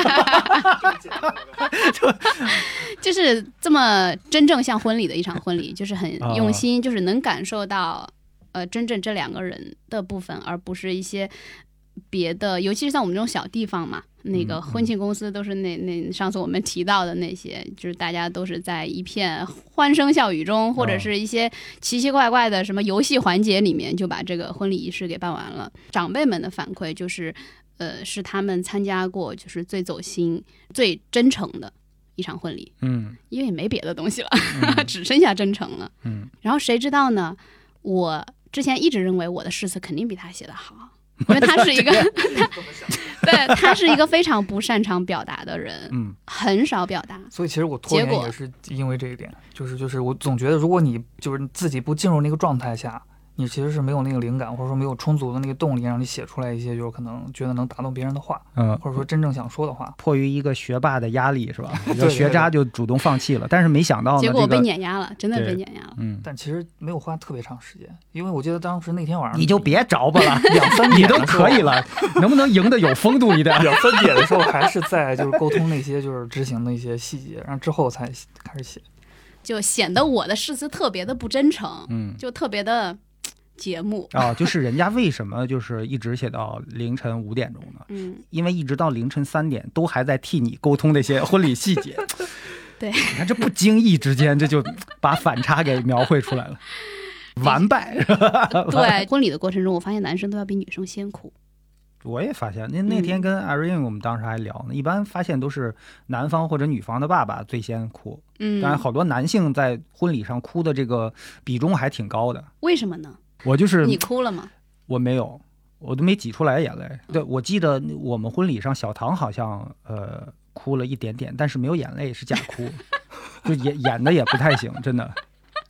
Speaker 2: 就是这么真正像婚礼的一场婚礼，就是很用心，就是能感受到真正这两个人的部分，而不是一些别的，尤其是像我们这种小地方嘛，那个婚庆公司都是那上次我们提到的那些，就是大家都是在一片欢声笑语中，或者是一些奇奇怪怪的什么游戏环节里面，就把这个婚礼仪式给办完了。长辈们的反馈就是。是他们参加过就是最走心、最真诚的一场婚礼。因为也没别的东西了，只剩下真诚了。然后谁知道呢？我之前一直认为我的誓词肯定比他写的好，因为他是一个他是一个非常不擅长表达的人，很少表达。
Speaker 3: 所以其实我拖延也是因为这一点，就是我总觉得，如果你就是自己不进入那个状态下。你其实是没有那个灵感，或者说没有充足的那个动力，让你写出来一些就是可能觉得能打动别人的话，或者说真正想说的话。
Speaker 1: 迫于一个学霸的压力，是吧？学渣就主动放弃了，但是没想到呢，
Speaker 2: 结果被碾压了，真的被碾压了。
Speaker 3: 但其实没有花特别长时间，因为我记得当时那天晚上
Speaker 1: 你就别着吧了，2-3点都可以了，能不能赢得有风度一点
Speaker 3: ？2-3点的时候还是在就是沟通那些就是执行的一些细节，然后之后才开始写，
Speaker 2: 就显得我的誓词特别的不真诚，就特别的。节目
Speaker 1: 就是人家为什么就是一直写到凌晨5点钟呢？因为一直到凌晨3点都还在替你沟通那些婚礼细节。
Speaker 2: 对，
Speaker 1: 你看这不经意之间，这就把反差给描绘出来了，完败。
Speaker 2: 对，婚礼的过程中，我发现男生都要比女生先哭。
Speaker 1: 我也发现，那天跟 Irene 我们当时还聊呢，一般发现都是男方或者女方的爸爸最先哭。当然好多男性在婚礼上哭的这个比重还挺高的。
Speaker 2: 为什么呢？
Speaker 1: 我就是
Speaker 2: 你哭了吗？
Speaker 1: 我没有，我都没挤出来眼泪。对，我记得我们婚礼上小唐好像哭了一点点，但是没有眼泪，是假哭，就演的也不太行，真的。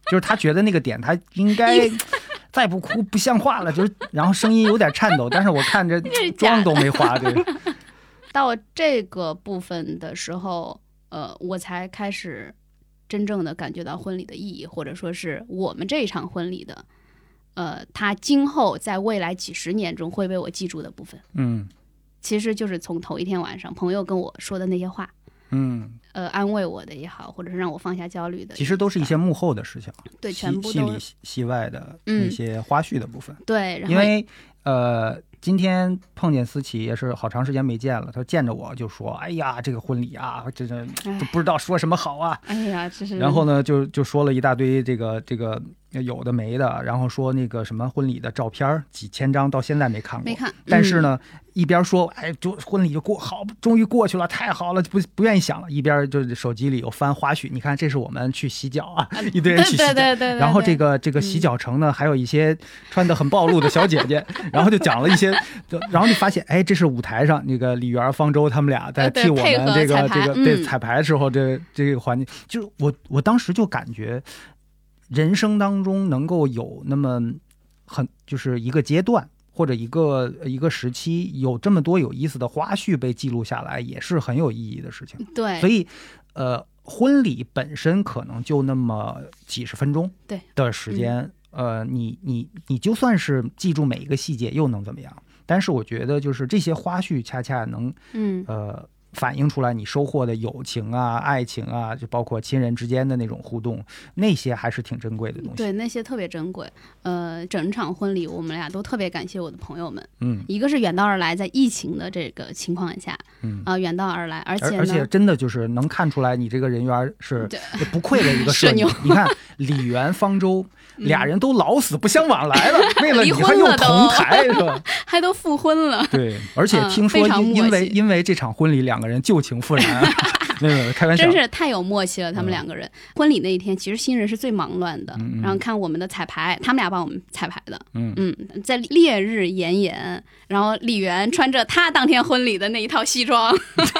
Speaker 1: 就是他觉得那个点他应该再不哭不像话了，就是然后声音有点颤抖，但是我看着妆都没化。对，
Speaker 2: 到这个部分的时候，我才开始真正的感觉到婚礼的意义，或者说是我们这一场婚礼的，它今后在未来几十年中会被我记住的部分。其实就是从头一天晚上朋友跟我说的那些话，安慰我的也好，或者是让我放下焦虑的，
Speaker 1: 其实都是一些幕后的事情，
Speaker 2: 对，全部都
Speaker 1: 戏里戏外的一些花絮的部分。
Speaker 2: 对，然后
Speaker 1: 因为今天碰见思琪也是好长时间没见了，他见着我就说：“哎呀，这个婚礼啊，真的都不知道说什么好啊。”
Speaker 2: 哎呀，这是。
Speaker 1: 然后呢，就说了一大堆这个有的没的，然后说那个什么婚礼的照片几千张，到现在没看过。
Speaker 2: 没看。
Speaker 1: 但是呢，一边说哎，就婚礼就终于过去了，太好了，不愿意想了。一边就手机里有翻花絮，你看这是我们去洗脚啊，一堆人去洗脚。
Speaker 2: 对。
Speaker 1: 然后这个洗脚城呢，还有一些穿得很暴露的小姐姐，然后就讲了一些，然后就发现哎，这是舞台上那个李媛、方舟他们俩在替我们这个对彩排的时候，这个环境，就是我当时就感觉。人生当中能够有那么就是一个阶段或者一个时期有这么多有意思的花絮被记录下来，也是很有意义的事情。
Speaker 2: 对，
Speaker 1: 所以婚礼本身可能就那么几十分钟的时间，你就算是记住每一个细节又能怎么样？但是我觉得就是这些花絮恰恰能反映出来你收获的友情啊、爱情啊，就包括亲人之间的那种互动，那些还是挺珍贵的东西。
Speaker 2: 对，那些特别珍贵。整场婚礼我们俩都特别感谢我的朋友们。一个是远道而来，在疫情的这个情况下，远道而来，而且
Speaker 1: 真的就是能看出来你这个人缘是不愧的一个社牛。你看李媛、方舟俩人都老死不相往来了，为了你还又同台是吧？
Speaker 2: 还都复婚了。
Speaker 1: 对，而且听说因为这场婚礼两个人旧情复燃。没有开玩笑，
Speaker 2: 真是太有默契了。他们两个人婚礼那一天，其实新人是最忙乱的。然后看我们的彩排，他们俩帮我们彩排的。在烈日炎炎，然后李媛穿着她当天婚礼的那一套西装。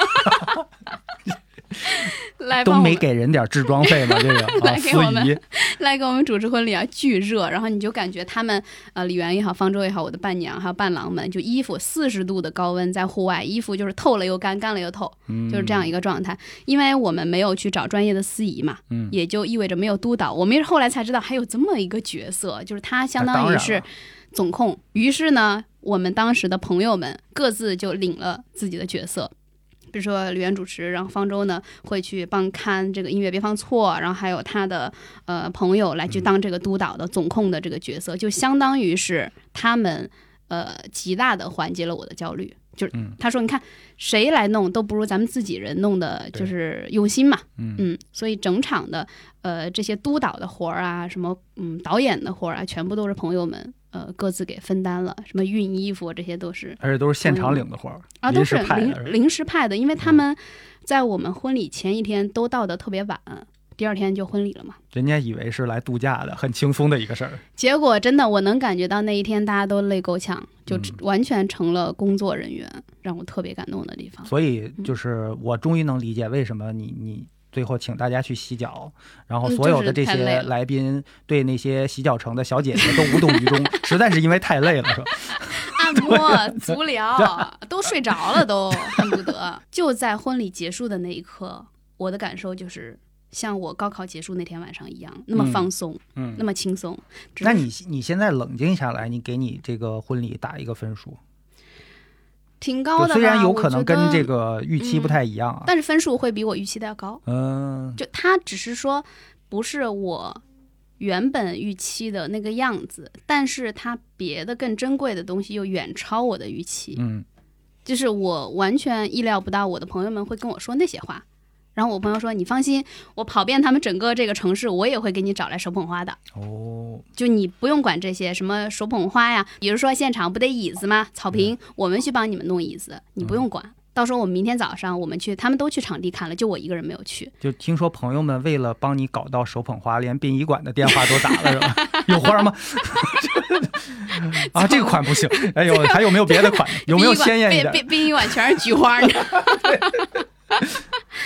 Speaker 2: 来
Speaker 1: 都没给人点置装费吗？这个
Speaker 2: 来给我们主持婚礼啊，巨热。然后你就感觉他们李媛也好，方舟也好，我的伴娘还有伴郎们，就衣服40度的高温在户外，衣服就是透了又干，干了又透，就是这样一个状态。因为我们没有去找专业的司仪嘛，也就意味着没有督导。我们后来才知道还有这么一个角色，就是他相当于是总控。于是呢，我们当时的朋友们各自就领了自己的角色。比如说李媛主持，然后方舟呢会去帮看这个音乐别放错，然后还有他的朋友来去当这个督导的总控的这个角色，就相当于是他们极大的缓解了我的焦虑。就是他说你看谁来弄都不如咱们自己人弄的就是用心嘛。所以整场的这些督导的活啊，什么导演的活啊，全部都是朋友们各自给分担了，什么熨衣服这些都是，
Speaker 1: 而且都是现场领的活
Speaker 2: 啊，都是临时派的，因为他们在我们婚礼前一天都到的特别晚，第二天就婚礼了嘛。
Speaker 1: 人家以为是来度假的，很轻松的一个事儿，
Speaker 2: 结果真的我能感觉到那一天大家都累够呛，就完全成了工作人员，让我特别感动的地方。
Speaker 1: 所以就是我终于能理解为什么你最后请大家去洗脚，然后所有的这些来宾对那些洗脚城的小姐姐都无动于衷，实在是因为太累了，是吧？
Speaker 2: 按摩、足疗都睡着了，都恨不得。就在婚礼结束的那一刻，我的感受就是像我高考结束那天晚上一样，那么放松，那么轻松。
Speaker 1: 那你现在冷静下来，你给你这个婚礼打一个分数？
Speaker 2: 挺高的吧，
Speaker 1: 虽然有可能跟这个预期不太一样
Speaker 2: 但是分数会比我预期的要高。就他只是说不是我原本预期的那个样子，但是他别的更珍贵的东西又远超我的预期。就是我完全意料不到我的朋友们会跟我说那些话。然后我朋友说你放心，我跑遍他们整个这个城市，我也会给你找来手捧花的。就你不用管这些什么手捧花呀，比如说现场不得椅子吗？草坪，我们去帮你们弄椅子，你不用管。到时候我们明天早上我们去，他们都去场地看了，就我一个人没有去。
Speaker 1: 就听说朋友们为了帮你搞到手捧花，连殡仪馆的电话都打了，是吧？有花吗？啊，这个款不行。哎呦，还有没有别的款？有没有鲜艳一点？
Speaker 2: 殡仪馆全是菊花呢。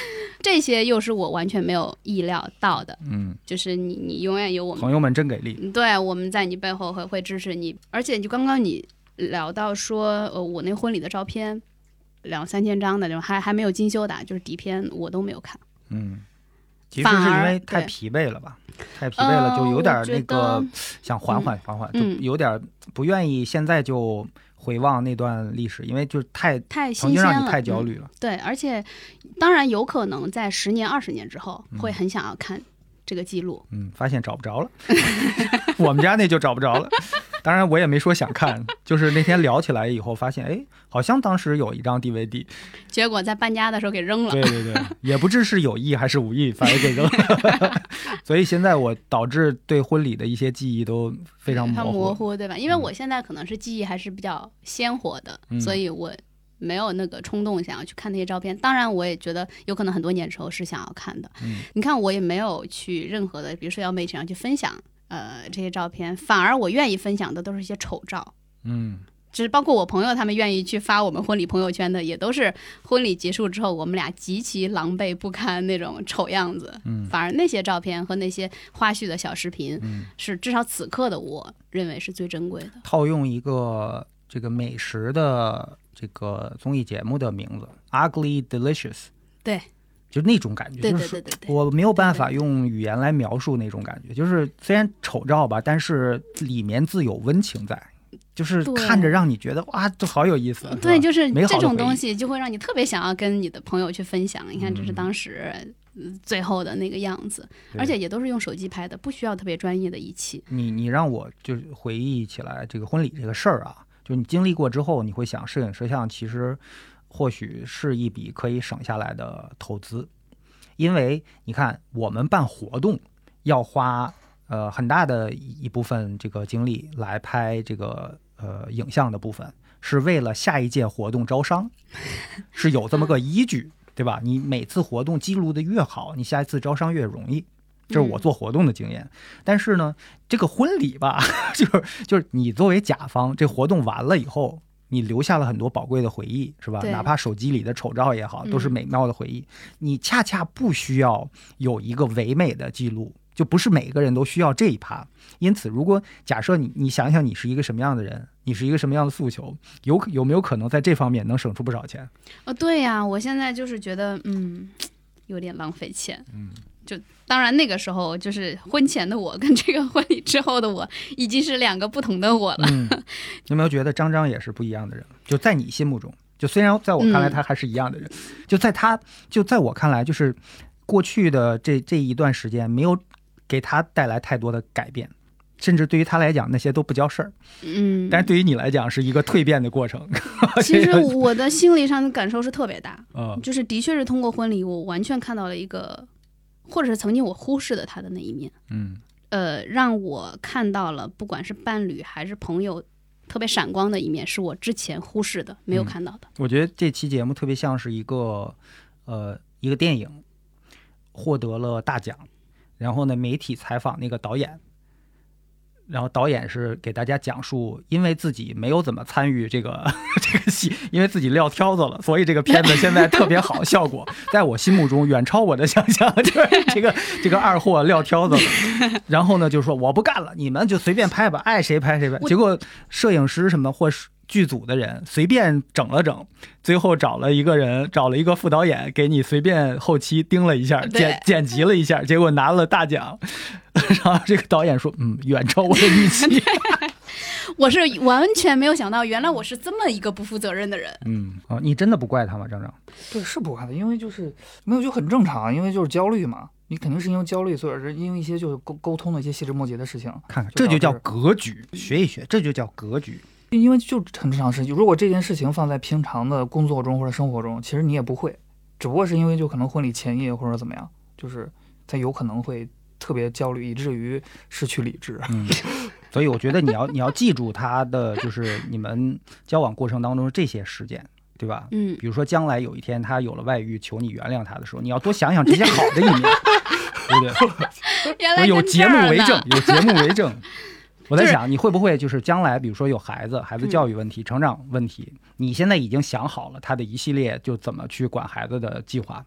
Speaker 2: 这些又是我完全没有意料到的。就是你永远有我们
Speaker 1: 朋友们真给力，
Speaker 2: 对，我们在你背后会支持你。而且就刚刚你聊到说，我那婚礼的照片2-3千张的那种，还没有精修的，就是底片我都没有看。
Speaker 1: 其实是因为太疲惫了吧，太疲惫了，就有点那个想缓缓，就有点不愿意现在就回望那段历史，因为就太
Speaker 2: 新鲜了，
Speaker 1: 让你太焦虑了。
Speaker 2: 对，而且当然有可能在10年、20年之后会很想要看这个记录。
Speaker 1: 发现找不着了，我们家那就找不着了。当然我也没说想看，就是那天聊起来以后发现，哎，好像当时有一张 DVD，
Speaker 2: 结果在搬家的时候给扔了。
Speaker 1: 对对对，也不知是有意还是无意，反正给扔了。所以现在我导致对婚礼的一些记忆都非常模糊，
Speaker 2: 对吧？因为我现在可能是记忆还是比较鲜活的，所以我没有那个冲动想要去看那些照片。当然我也觉得有可能很多年之后是想要看的。你看我也没有去任何的比如社交媒体上去分享这些照片，反而我愿意分享的都是一些丑照。就是包括我朋友他们愿意去发我们婚礼朋友圈的，也都是婚礼结束之后我们俩极其狼狈不堪那种丑样子。反而那些照片和那些花絮的小视频，是至少此刻的我认为是最珍贵的。
Speaker 1: 套用一个这个美食的这个综艺节目的名字 Ugly Delicious，
Speaker 2: 对，
Speaker 1: 就那种感觉，
Speaker 2: 对，
Speaker 1: 就是我没有办法用语言来描述那种感觉，就是虽然丑照吧，但是里面自有温情在，就是看着让你觉得哇，这好有意思。
Speaker 2: 对，就是这种东西就会让你特别想要跟你的朋友去分享。你看，这是当时最后的那个样子，而且也都是用手机拍的，不需要特别专业的仪器。
Speaker 1: 你让我就是回忆起来这个婚礼这个事儿啊，就你经历过之后，你会想，摄影摄像其实或许是一笔可以省下来的投资，因为你看我们办活动要花很大的一部分这个精力来拍这个影像的部分，是为了下一届活动招商，是有这么个依据，对吧？你每次活动记录的越好，你下一次招商越容易。这是我做活动的经验。但是呢，这个婚礼吧，就是你作为甲方，这活动完了以后，你留下了很多宝贵的回忆，是吧？哪怕手机里的丑照也好，都是美妙的回忆。你恰恰不需要有一个唯美的记录，就不是每个人都需要这一趴。因此，如果假设你想想你是一个什么样的人，你是一个什么样的诉求，有没有可能在这方面能省出不少钱？
Speaker 2: 对呀，我现在就是觉得有点浪费钱。就当然那个时候就是婚前的我跟这个婚礼之后的我已经是2个不同的我了。
Speaker 1: 你有没有觉得张张也是不一样的人？就在你心目中，就虽然在我看来他还是一样的人，就在我看来，就是过去的这一段时间没有给他带来太多的改变，甚至对于他来讲那些都不叫事儿。但是对于你来讲是一个蜕变的过程。
Speaker 2: 其实我的心理上的感受是特别大。就是的确是通过婚礼我完全看到了一个，或者是曾经我忽视的他的那一面。让我看到了不管是伴侣还是朋友特别闪光的一面，是我之前忽视的没有看到的。
Speaker 1: 我觉得这期节目特别像是一个电影获得了大奖，然后呢媒体采访那个导演，然后导演是给大家讲述，因为自己没有怎么参与这个戏，因为自己撂挑子了，所以这个片子现在特别好，效果在我心目中远超我的想象，就是这个二货撂挑子了。然后呢就说我不干了，你们就随便拍吧，爱谁拍谁拍。结果摄影师什么或是剧组的人随便整了整，最后找了一个副导演给你随便后期盯了一下，剪辑了一下，结果拿了大奖。然后这个导演说远超我的预期。
Speaker 2: 我是完全没有想到原来我是这么一个不负责任的人。
Speaker 1: 你真的不怪他吗，张张？
Speaker 3: 对，是不怪他，因为就是没有就很正常，因为就是焦虑嘛，你肯定是因为焦虑，所以是因为一些就是沟通的一些细枝末节的事情。
Speaker 1: 看看，这就叫格局，学一学，这就叫格局。
Speaker 3: 因为就很正常的事情，如果这件事情放在平常的工作中或者生活中，其实你也不会，只不过是因为就可能婚礼前夜或者怎么样，就是他有可能会特别焦虑，以至于失去理智。
Speaker 1: 所以我觉得你要记住他的，就是你们交往过程当中这些事件，对吧？比如说将来有一天他有了外遇，求你原谅他的时候，你要多想想这些好的一面，对不对？
Speaker 2: 原来
Speaker 1: 有节目为证。我在想，你会不会就是将来，比如说有孩子教育问题、成长问题，你现在已经想好了他的一系列就怎么去管孩子的计划，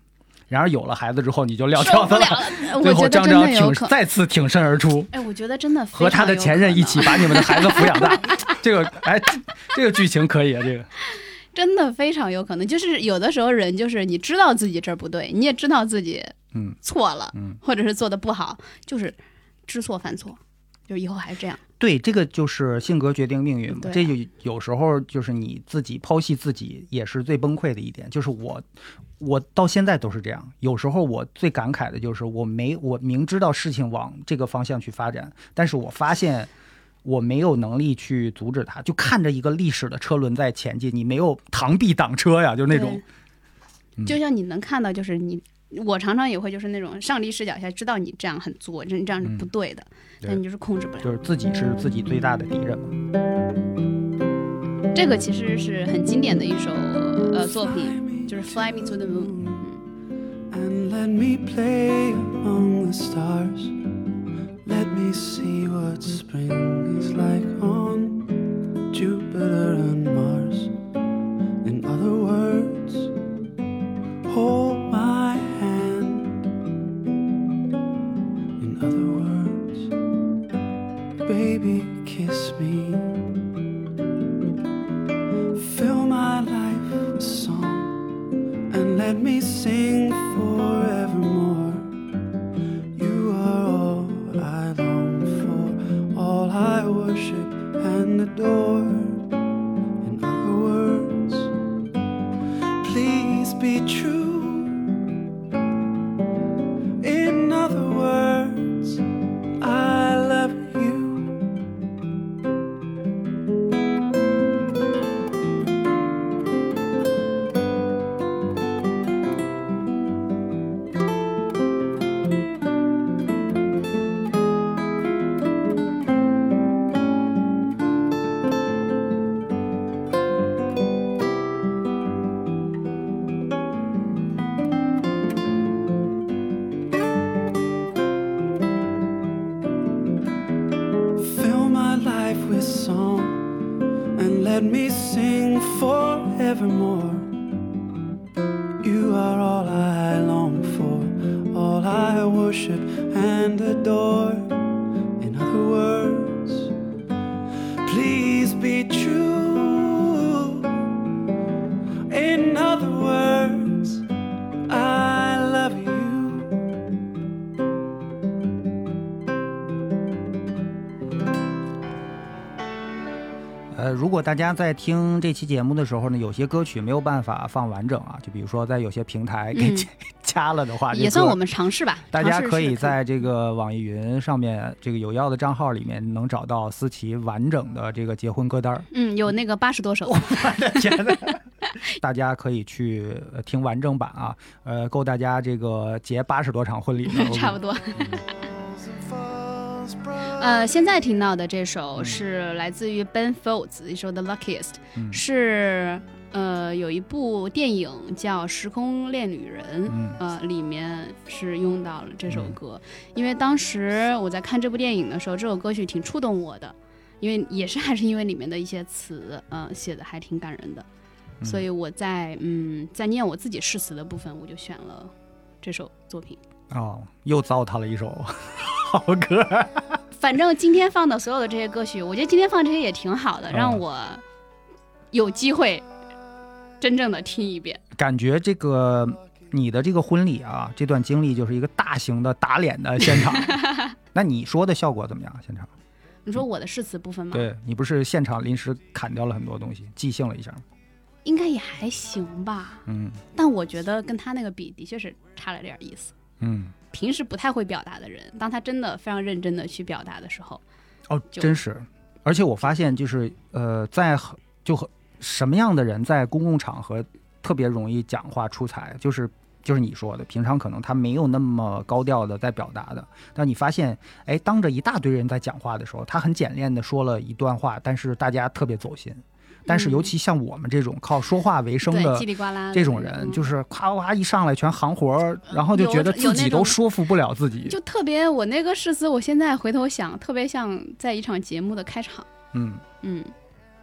Speaker 1: 然而有了孩子之后你就撂挑子
Speaker 2: 了，
Speaker 1: 最后张张再次挺身而出。
Speaker 2: 哎，我觉得真的
Speaker 1: 和他的前任一起把你们的孩子抚养大。这个这个剧情可以啊，这个
Speaker 2: 真的非常有可能。就是有的时候人就是你知道自己这儿不对，你也知道自己错了，或者是做的不好，就是知错犯错，就以后还是这样。
Speaker 1: 对，这个就是性格决定命运嘛。这就有时候就是你自己剖析自己也是最崩溃的一点。就是我到现在都是这样，有时候我最感慨的就是我明知道事情往这个方向去发展，但是我发现我没有能力去阻止它，就看着一个历史的车轮在前进，你没有螳臂挡车呀，就那种。
Speaker 2: 就像你能看到，就是我常常也会就是那种上帝视角下知道你这样很作，你这样是不对的，但你就是控制不了。
Speaker 1: 就是自己是自己最大的敌人嘛。
Speaker 2: 这个其实是很经典的一首作品，就是 Fly Me to the Moon。
Speaker 5: And let me play among the stars. Let me see what spring is like on Jupiter and Mars. In other words, hold my hand. In other words, baby, kiss me. Fill my life with song and let me sing forevermore. You are all I long for, all I worship and adore. In other words, please be true. In other words, I love you. Let me sing forevermore. You are all I long for, all I worship and adore. In other words, please be true. In other words, I love you.
Speaker 1: 如果大家在听这期节目的时候呢，有些歌曲没有办法放完整啊，就比如说在有些平台给掐了的话，
Speaker 2: 也算我们尝试吧。
Speaker 1: 大家可以在这个网易云上面这个有药的账号里面能找到思琪完整的这个结婚歌单。
Speaker 2: 有那个80多首。
Speaker 1: 我的天哪！大家可以去听完整版啊，够大家这个结80多场婚礼的。
Speaker 2: 差不多。现在听到的这首是来自于 Ben Folds 一首 The Luckiest，是有一部电影叫《时空恋旅人》，里面是用到了这首歌。因为当时我在看这部电影的时候，这首歌曲挺触动我的，因为还是因为里面的一些词，写的还挺感人的，所以我在念我自己誓词的部分，我就选了这首作品。
Speaker 1: 又糟蹋了一首好歌。
Speaker 2: 反正今天放的所有的这些歌曲，我觉得今天放这些也挺好的，让我有机会真正的听一遍。
Speaker 1: 感觉这个你的这个婚礼啊，这段经历就是一个大型的打脸的现场。那你说的效果怎么样？现场？
Speaker 2: 你说我的誓词部分吗？
Speaker 1: 对，你不是现场临时砍掉了很多东西，即兴了一下吗？
Speaker 2: 应该也还行吧。但我觉得跟他那个比，的确是差了点意思。平时不太会表达的人，当他真的非常认真的去表达的时候，
Speaker 1: 真是。而且我发现就是什么样的人在公共场合特别容易讲话出彩，就是你说的，平常可能他没有那么高调的在表达的，但你发现当着一大堆人在讲话的时候，他很简练的说了一段话，但是大家特别走心。但是尤其像我们这种靠说话为生的这种人，就是夸夸一上来全行活，然后就觉得自己都说服不了自己，
Speaker 2: 就特别我那个誓词，我现在回头想，特别像在一场节目的开场。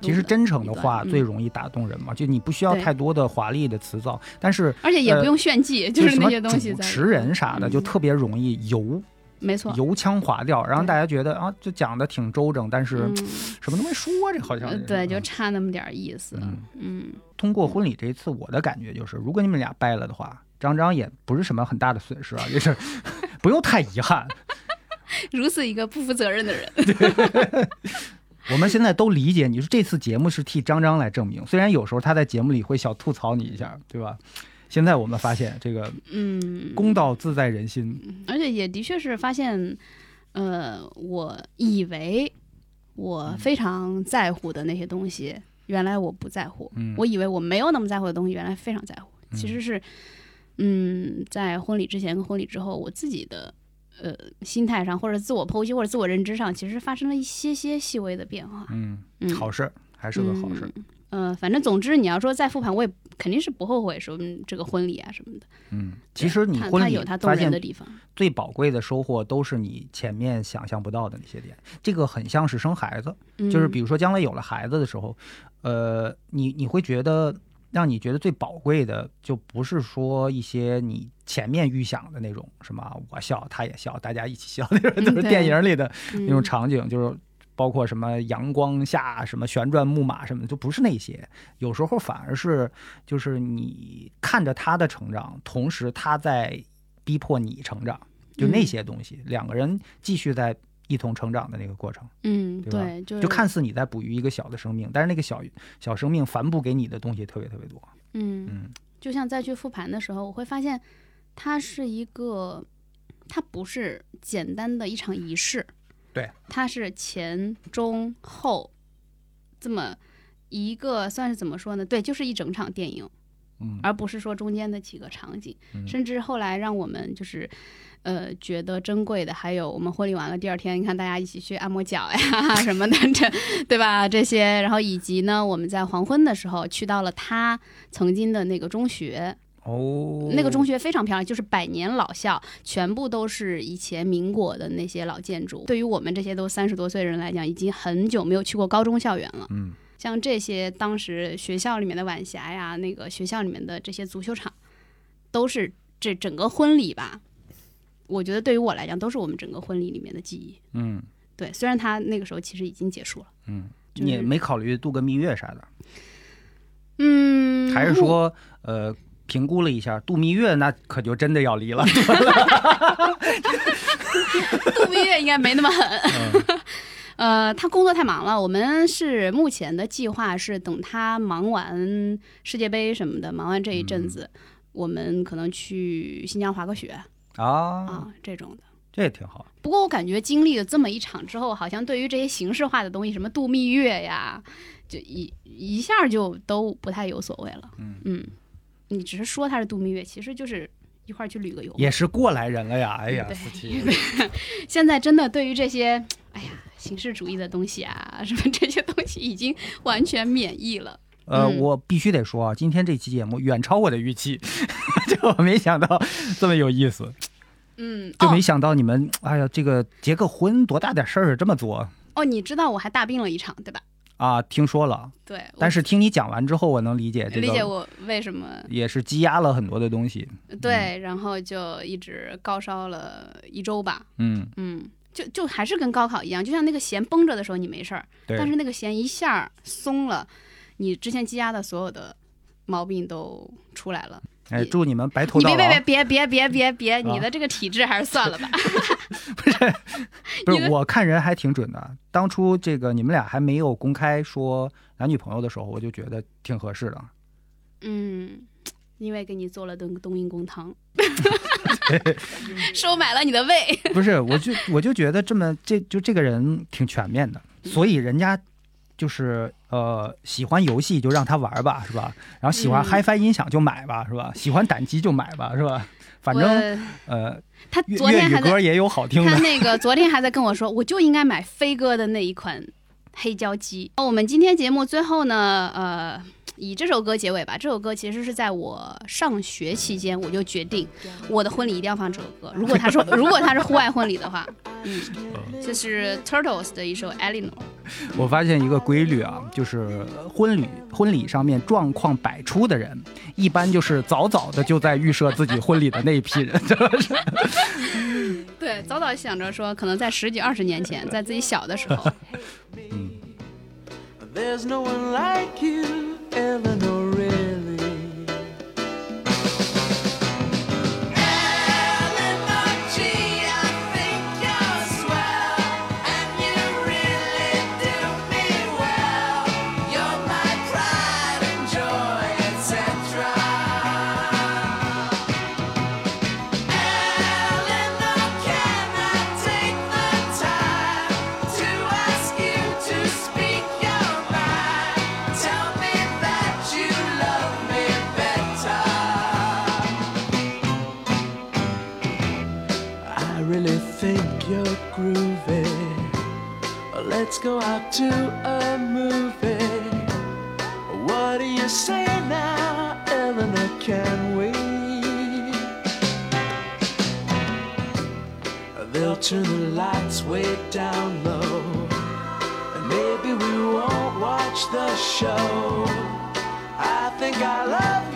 Speaker 1: 其实真诚的话最容易打动人嘛，就你不需要太多的华丽的辞藻，但是
Speaker 2: 而且也不用炫技，就是那些东西在。
Speaker 1: 主持人啥的就特别容易油。
Speaker 2: 没错，
Speaker 1: 油腔滑调，然后大家觉得啊，就讲的挺周正，但是什么都没说，这好像
Speaker 2: 对，就差那么点意思。
Speaker 1: 通过婚礼这一次，我的感觉就是，如果你们俩掰了的话，张张也不是什么很大的损失啊，也是不用太遗憾。
Speaker 2: 如此一个不负责任的人。
Speaker 1: 我们现在都理解，你说这次节目是替张张来证明，虽然有时候他在节目里会小吐槽你一下，对吧？现在我们发现这个，公道自在人心，
Speaker 2: 而且也的确是发现，我以为我非常在乎的那些东西，原来我不在乎。我以为我没有那么在乎的东西，原来非常在乎。其实是，在婚礼之前跟婚礼之后，我自己的心态上，或者自我剖析或者自我认知上，其实发生了一些细微的变化。
Speaker 1: 好事，还是个好事。
Speaker 2: 反正总之你要说再复盘，我也肯定是不后悔说这个婚礼啊什么的。
Speaker 1: 其实你婚礼
Speaker 2: 有它动人的地方，
Speaker 1: 最宝贵的收获都是你前面想象不到的那些点。这个很像是生孩子，就是比如说将来有了孩子的时候，你会觉得让你觉得最宝贵的，就不是说一些你前面预想的那种什么我笑他也笑大家一起笑那种，就是电影里的那种场景，就是包括什么阳光下什么旋转木马什么的，就不是那些。有时候反而是就是你看着他的成长，同时他在逼迫你成长，就那些东西，两个人继续在一同成长的那个过程。对吧？
Speaker 2: 对，
Speaker 1: 就看似你在哺育一个小的生命，但是那个小生命反哺给你的东西特别特别多。
Speaker 2: 就像再去复盘的时候，我会发现它是一个，它不是简单的一场仪式。
Speaker 1: 对，
Speaker 2: 它是前中后这么一个，算是怎么说呢？对，就是一整场电影，而不是说中间的几个场景。甚至后来让我们就是觉得珍贵的，还有我们婚礼完了第二天，你看大家一起去按摩脚呀什么的，对吧？这些，然后以及呢，我们在黄昏的时候去到了他曾经的那个中学。那个中学非常漂亮，就是百年老校，全部都是以前民国的那些老建筑。对于我们这些都30多岁的人来讲，已经很久没有去过高中校园了。像这些当时学校里面的晚霞呀，那个学校里面的这些足球场，都是这整个婚礼吧。我觉得对于我来讲，都是我们整个婚礼里面的记忆。对，虽然他那个时候其实已经结束了。
Speaker 1: 你也没考虑度个蜜月啥的？还是说评估了一下，度蜜月那可就真的要离了。
Speaker 2: 度蜜月应该没那么狠。他工作太忙了，我们是目前的计划是等他忙完世界杯什么的，忙完这一阵子，我们可能去新疆滑个雪这种的。
Speaker 1: 这也挺好。
Speaker 2: 不过我感觉经历了这么一场之后，好像对于这些形式化的东西，什么度蜜月呀，就一下就都不太有所谓了。你只是说他是度蜜月，其实就是一块去旅个游，
Speaker 1: 也是过来人了呀。哎呀，夫妻
Speaker 2: 现在真的对于这些形式主义的东西啊，什么这些东西已经完全免疫了。
Speaker 1: 我必须得说啊，今天这期节目远超我的预期，就我没想到这么有意思。就没想到你们，哎呀，这个结个婚多大点事儿，这么做。
Speaker 2: 你知道我还大病了一场，对吧？
Speaker 1: 听说了。
Speaker 2: 对，
Speaker 1: 但是听你讲完之后，我能理解这个，
Speaker 2: 理解我为什么
Speaker 1: 也是积压了很多的东西。
Speaker 2: 对，然后就一直高烧了1周吧。就还是跟高考一样，就像那个弦绷着的时候你没事儿，但是那个弦一下松了，你之前积压的所有的毛病都出来了。
Speaker 1: 祝你们白头到老。
Speaker 2: 你别，你的这个体质还是算了吧。
Speaker 1: 不是，我看人还挺准的。当初这个你们俩还没有公开说男女朋友的时候，我就觉得挺合适的。
Speaker 2: 因为给你做了顿冬阴功汤，收买了你的胃。
Speaker 1: 不是，我就觉得这个人挺全面的，所以人家就是喜欢游戏就让他玩吧，是吧？然后喜欢 HiFi 音响就买吧，是吧？喜欢胆机就买吧，是吧？反正
Speaker 2: 他昨天
Speaker 1: 粤语歌也有好听的。
Speaker 2: 他那个昨天还在跟我说，我就应该买飞哥的那一款黑胶机。我们今天节目最后呢， 以这首歌结尾吧。这首歌其实是在我上学期间，我就决定我的婚礼一定要放这首歌。如果他是户外婚礼的话，这是 Turtles 的一首 Eleanor。
Speaker 1: 我发现一个规律啊，就是婚礼上面状况百出的人，一般就是早早的就在预设自己婚礼的那一批人。
Speaker 2: 对，早早想着说，可能在10几20年前，在自己小的时候。
Speaker 5: There's no one like you, Eleanor, really.
Speaker 4: Eleanor G, I think you're swell, and you really do me well. You're my pride and joy, etc. Eleanor, can I take the time to ask you to speak your mind? Tell me that you love me better.
Speaker 5: I really think you're groovy. Let's go out to a movie. What do you say now, Eleanor, can we? They'll turn the lights way down low, and maybe we won't watch the show. I think I love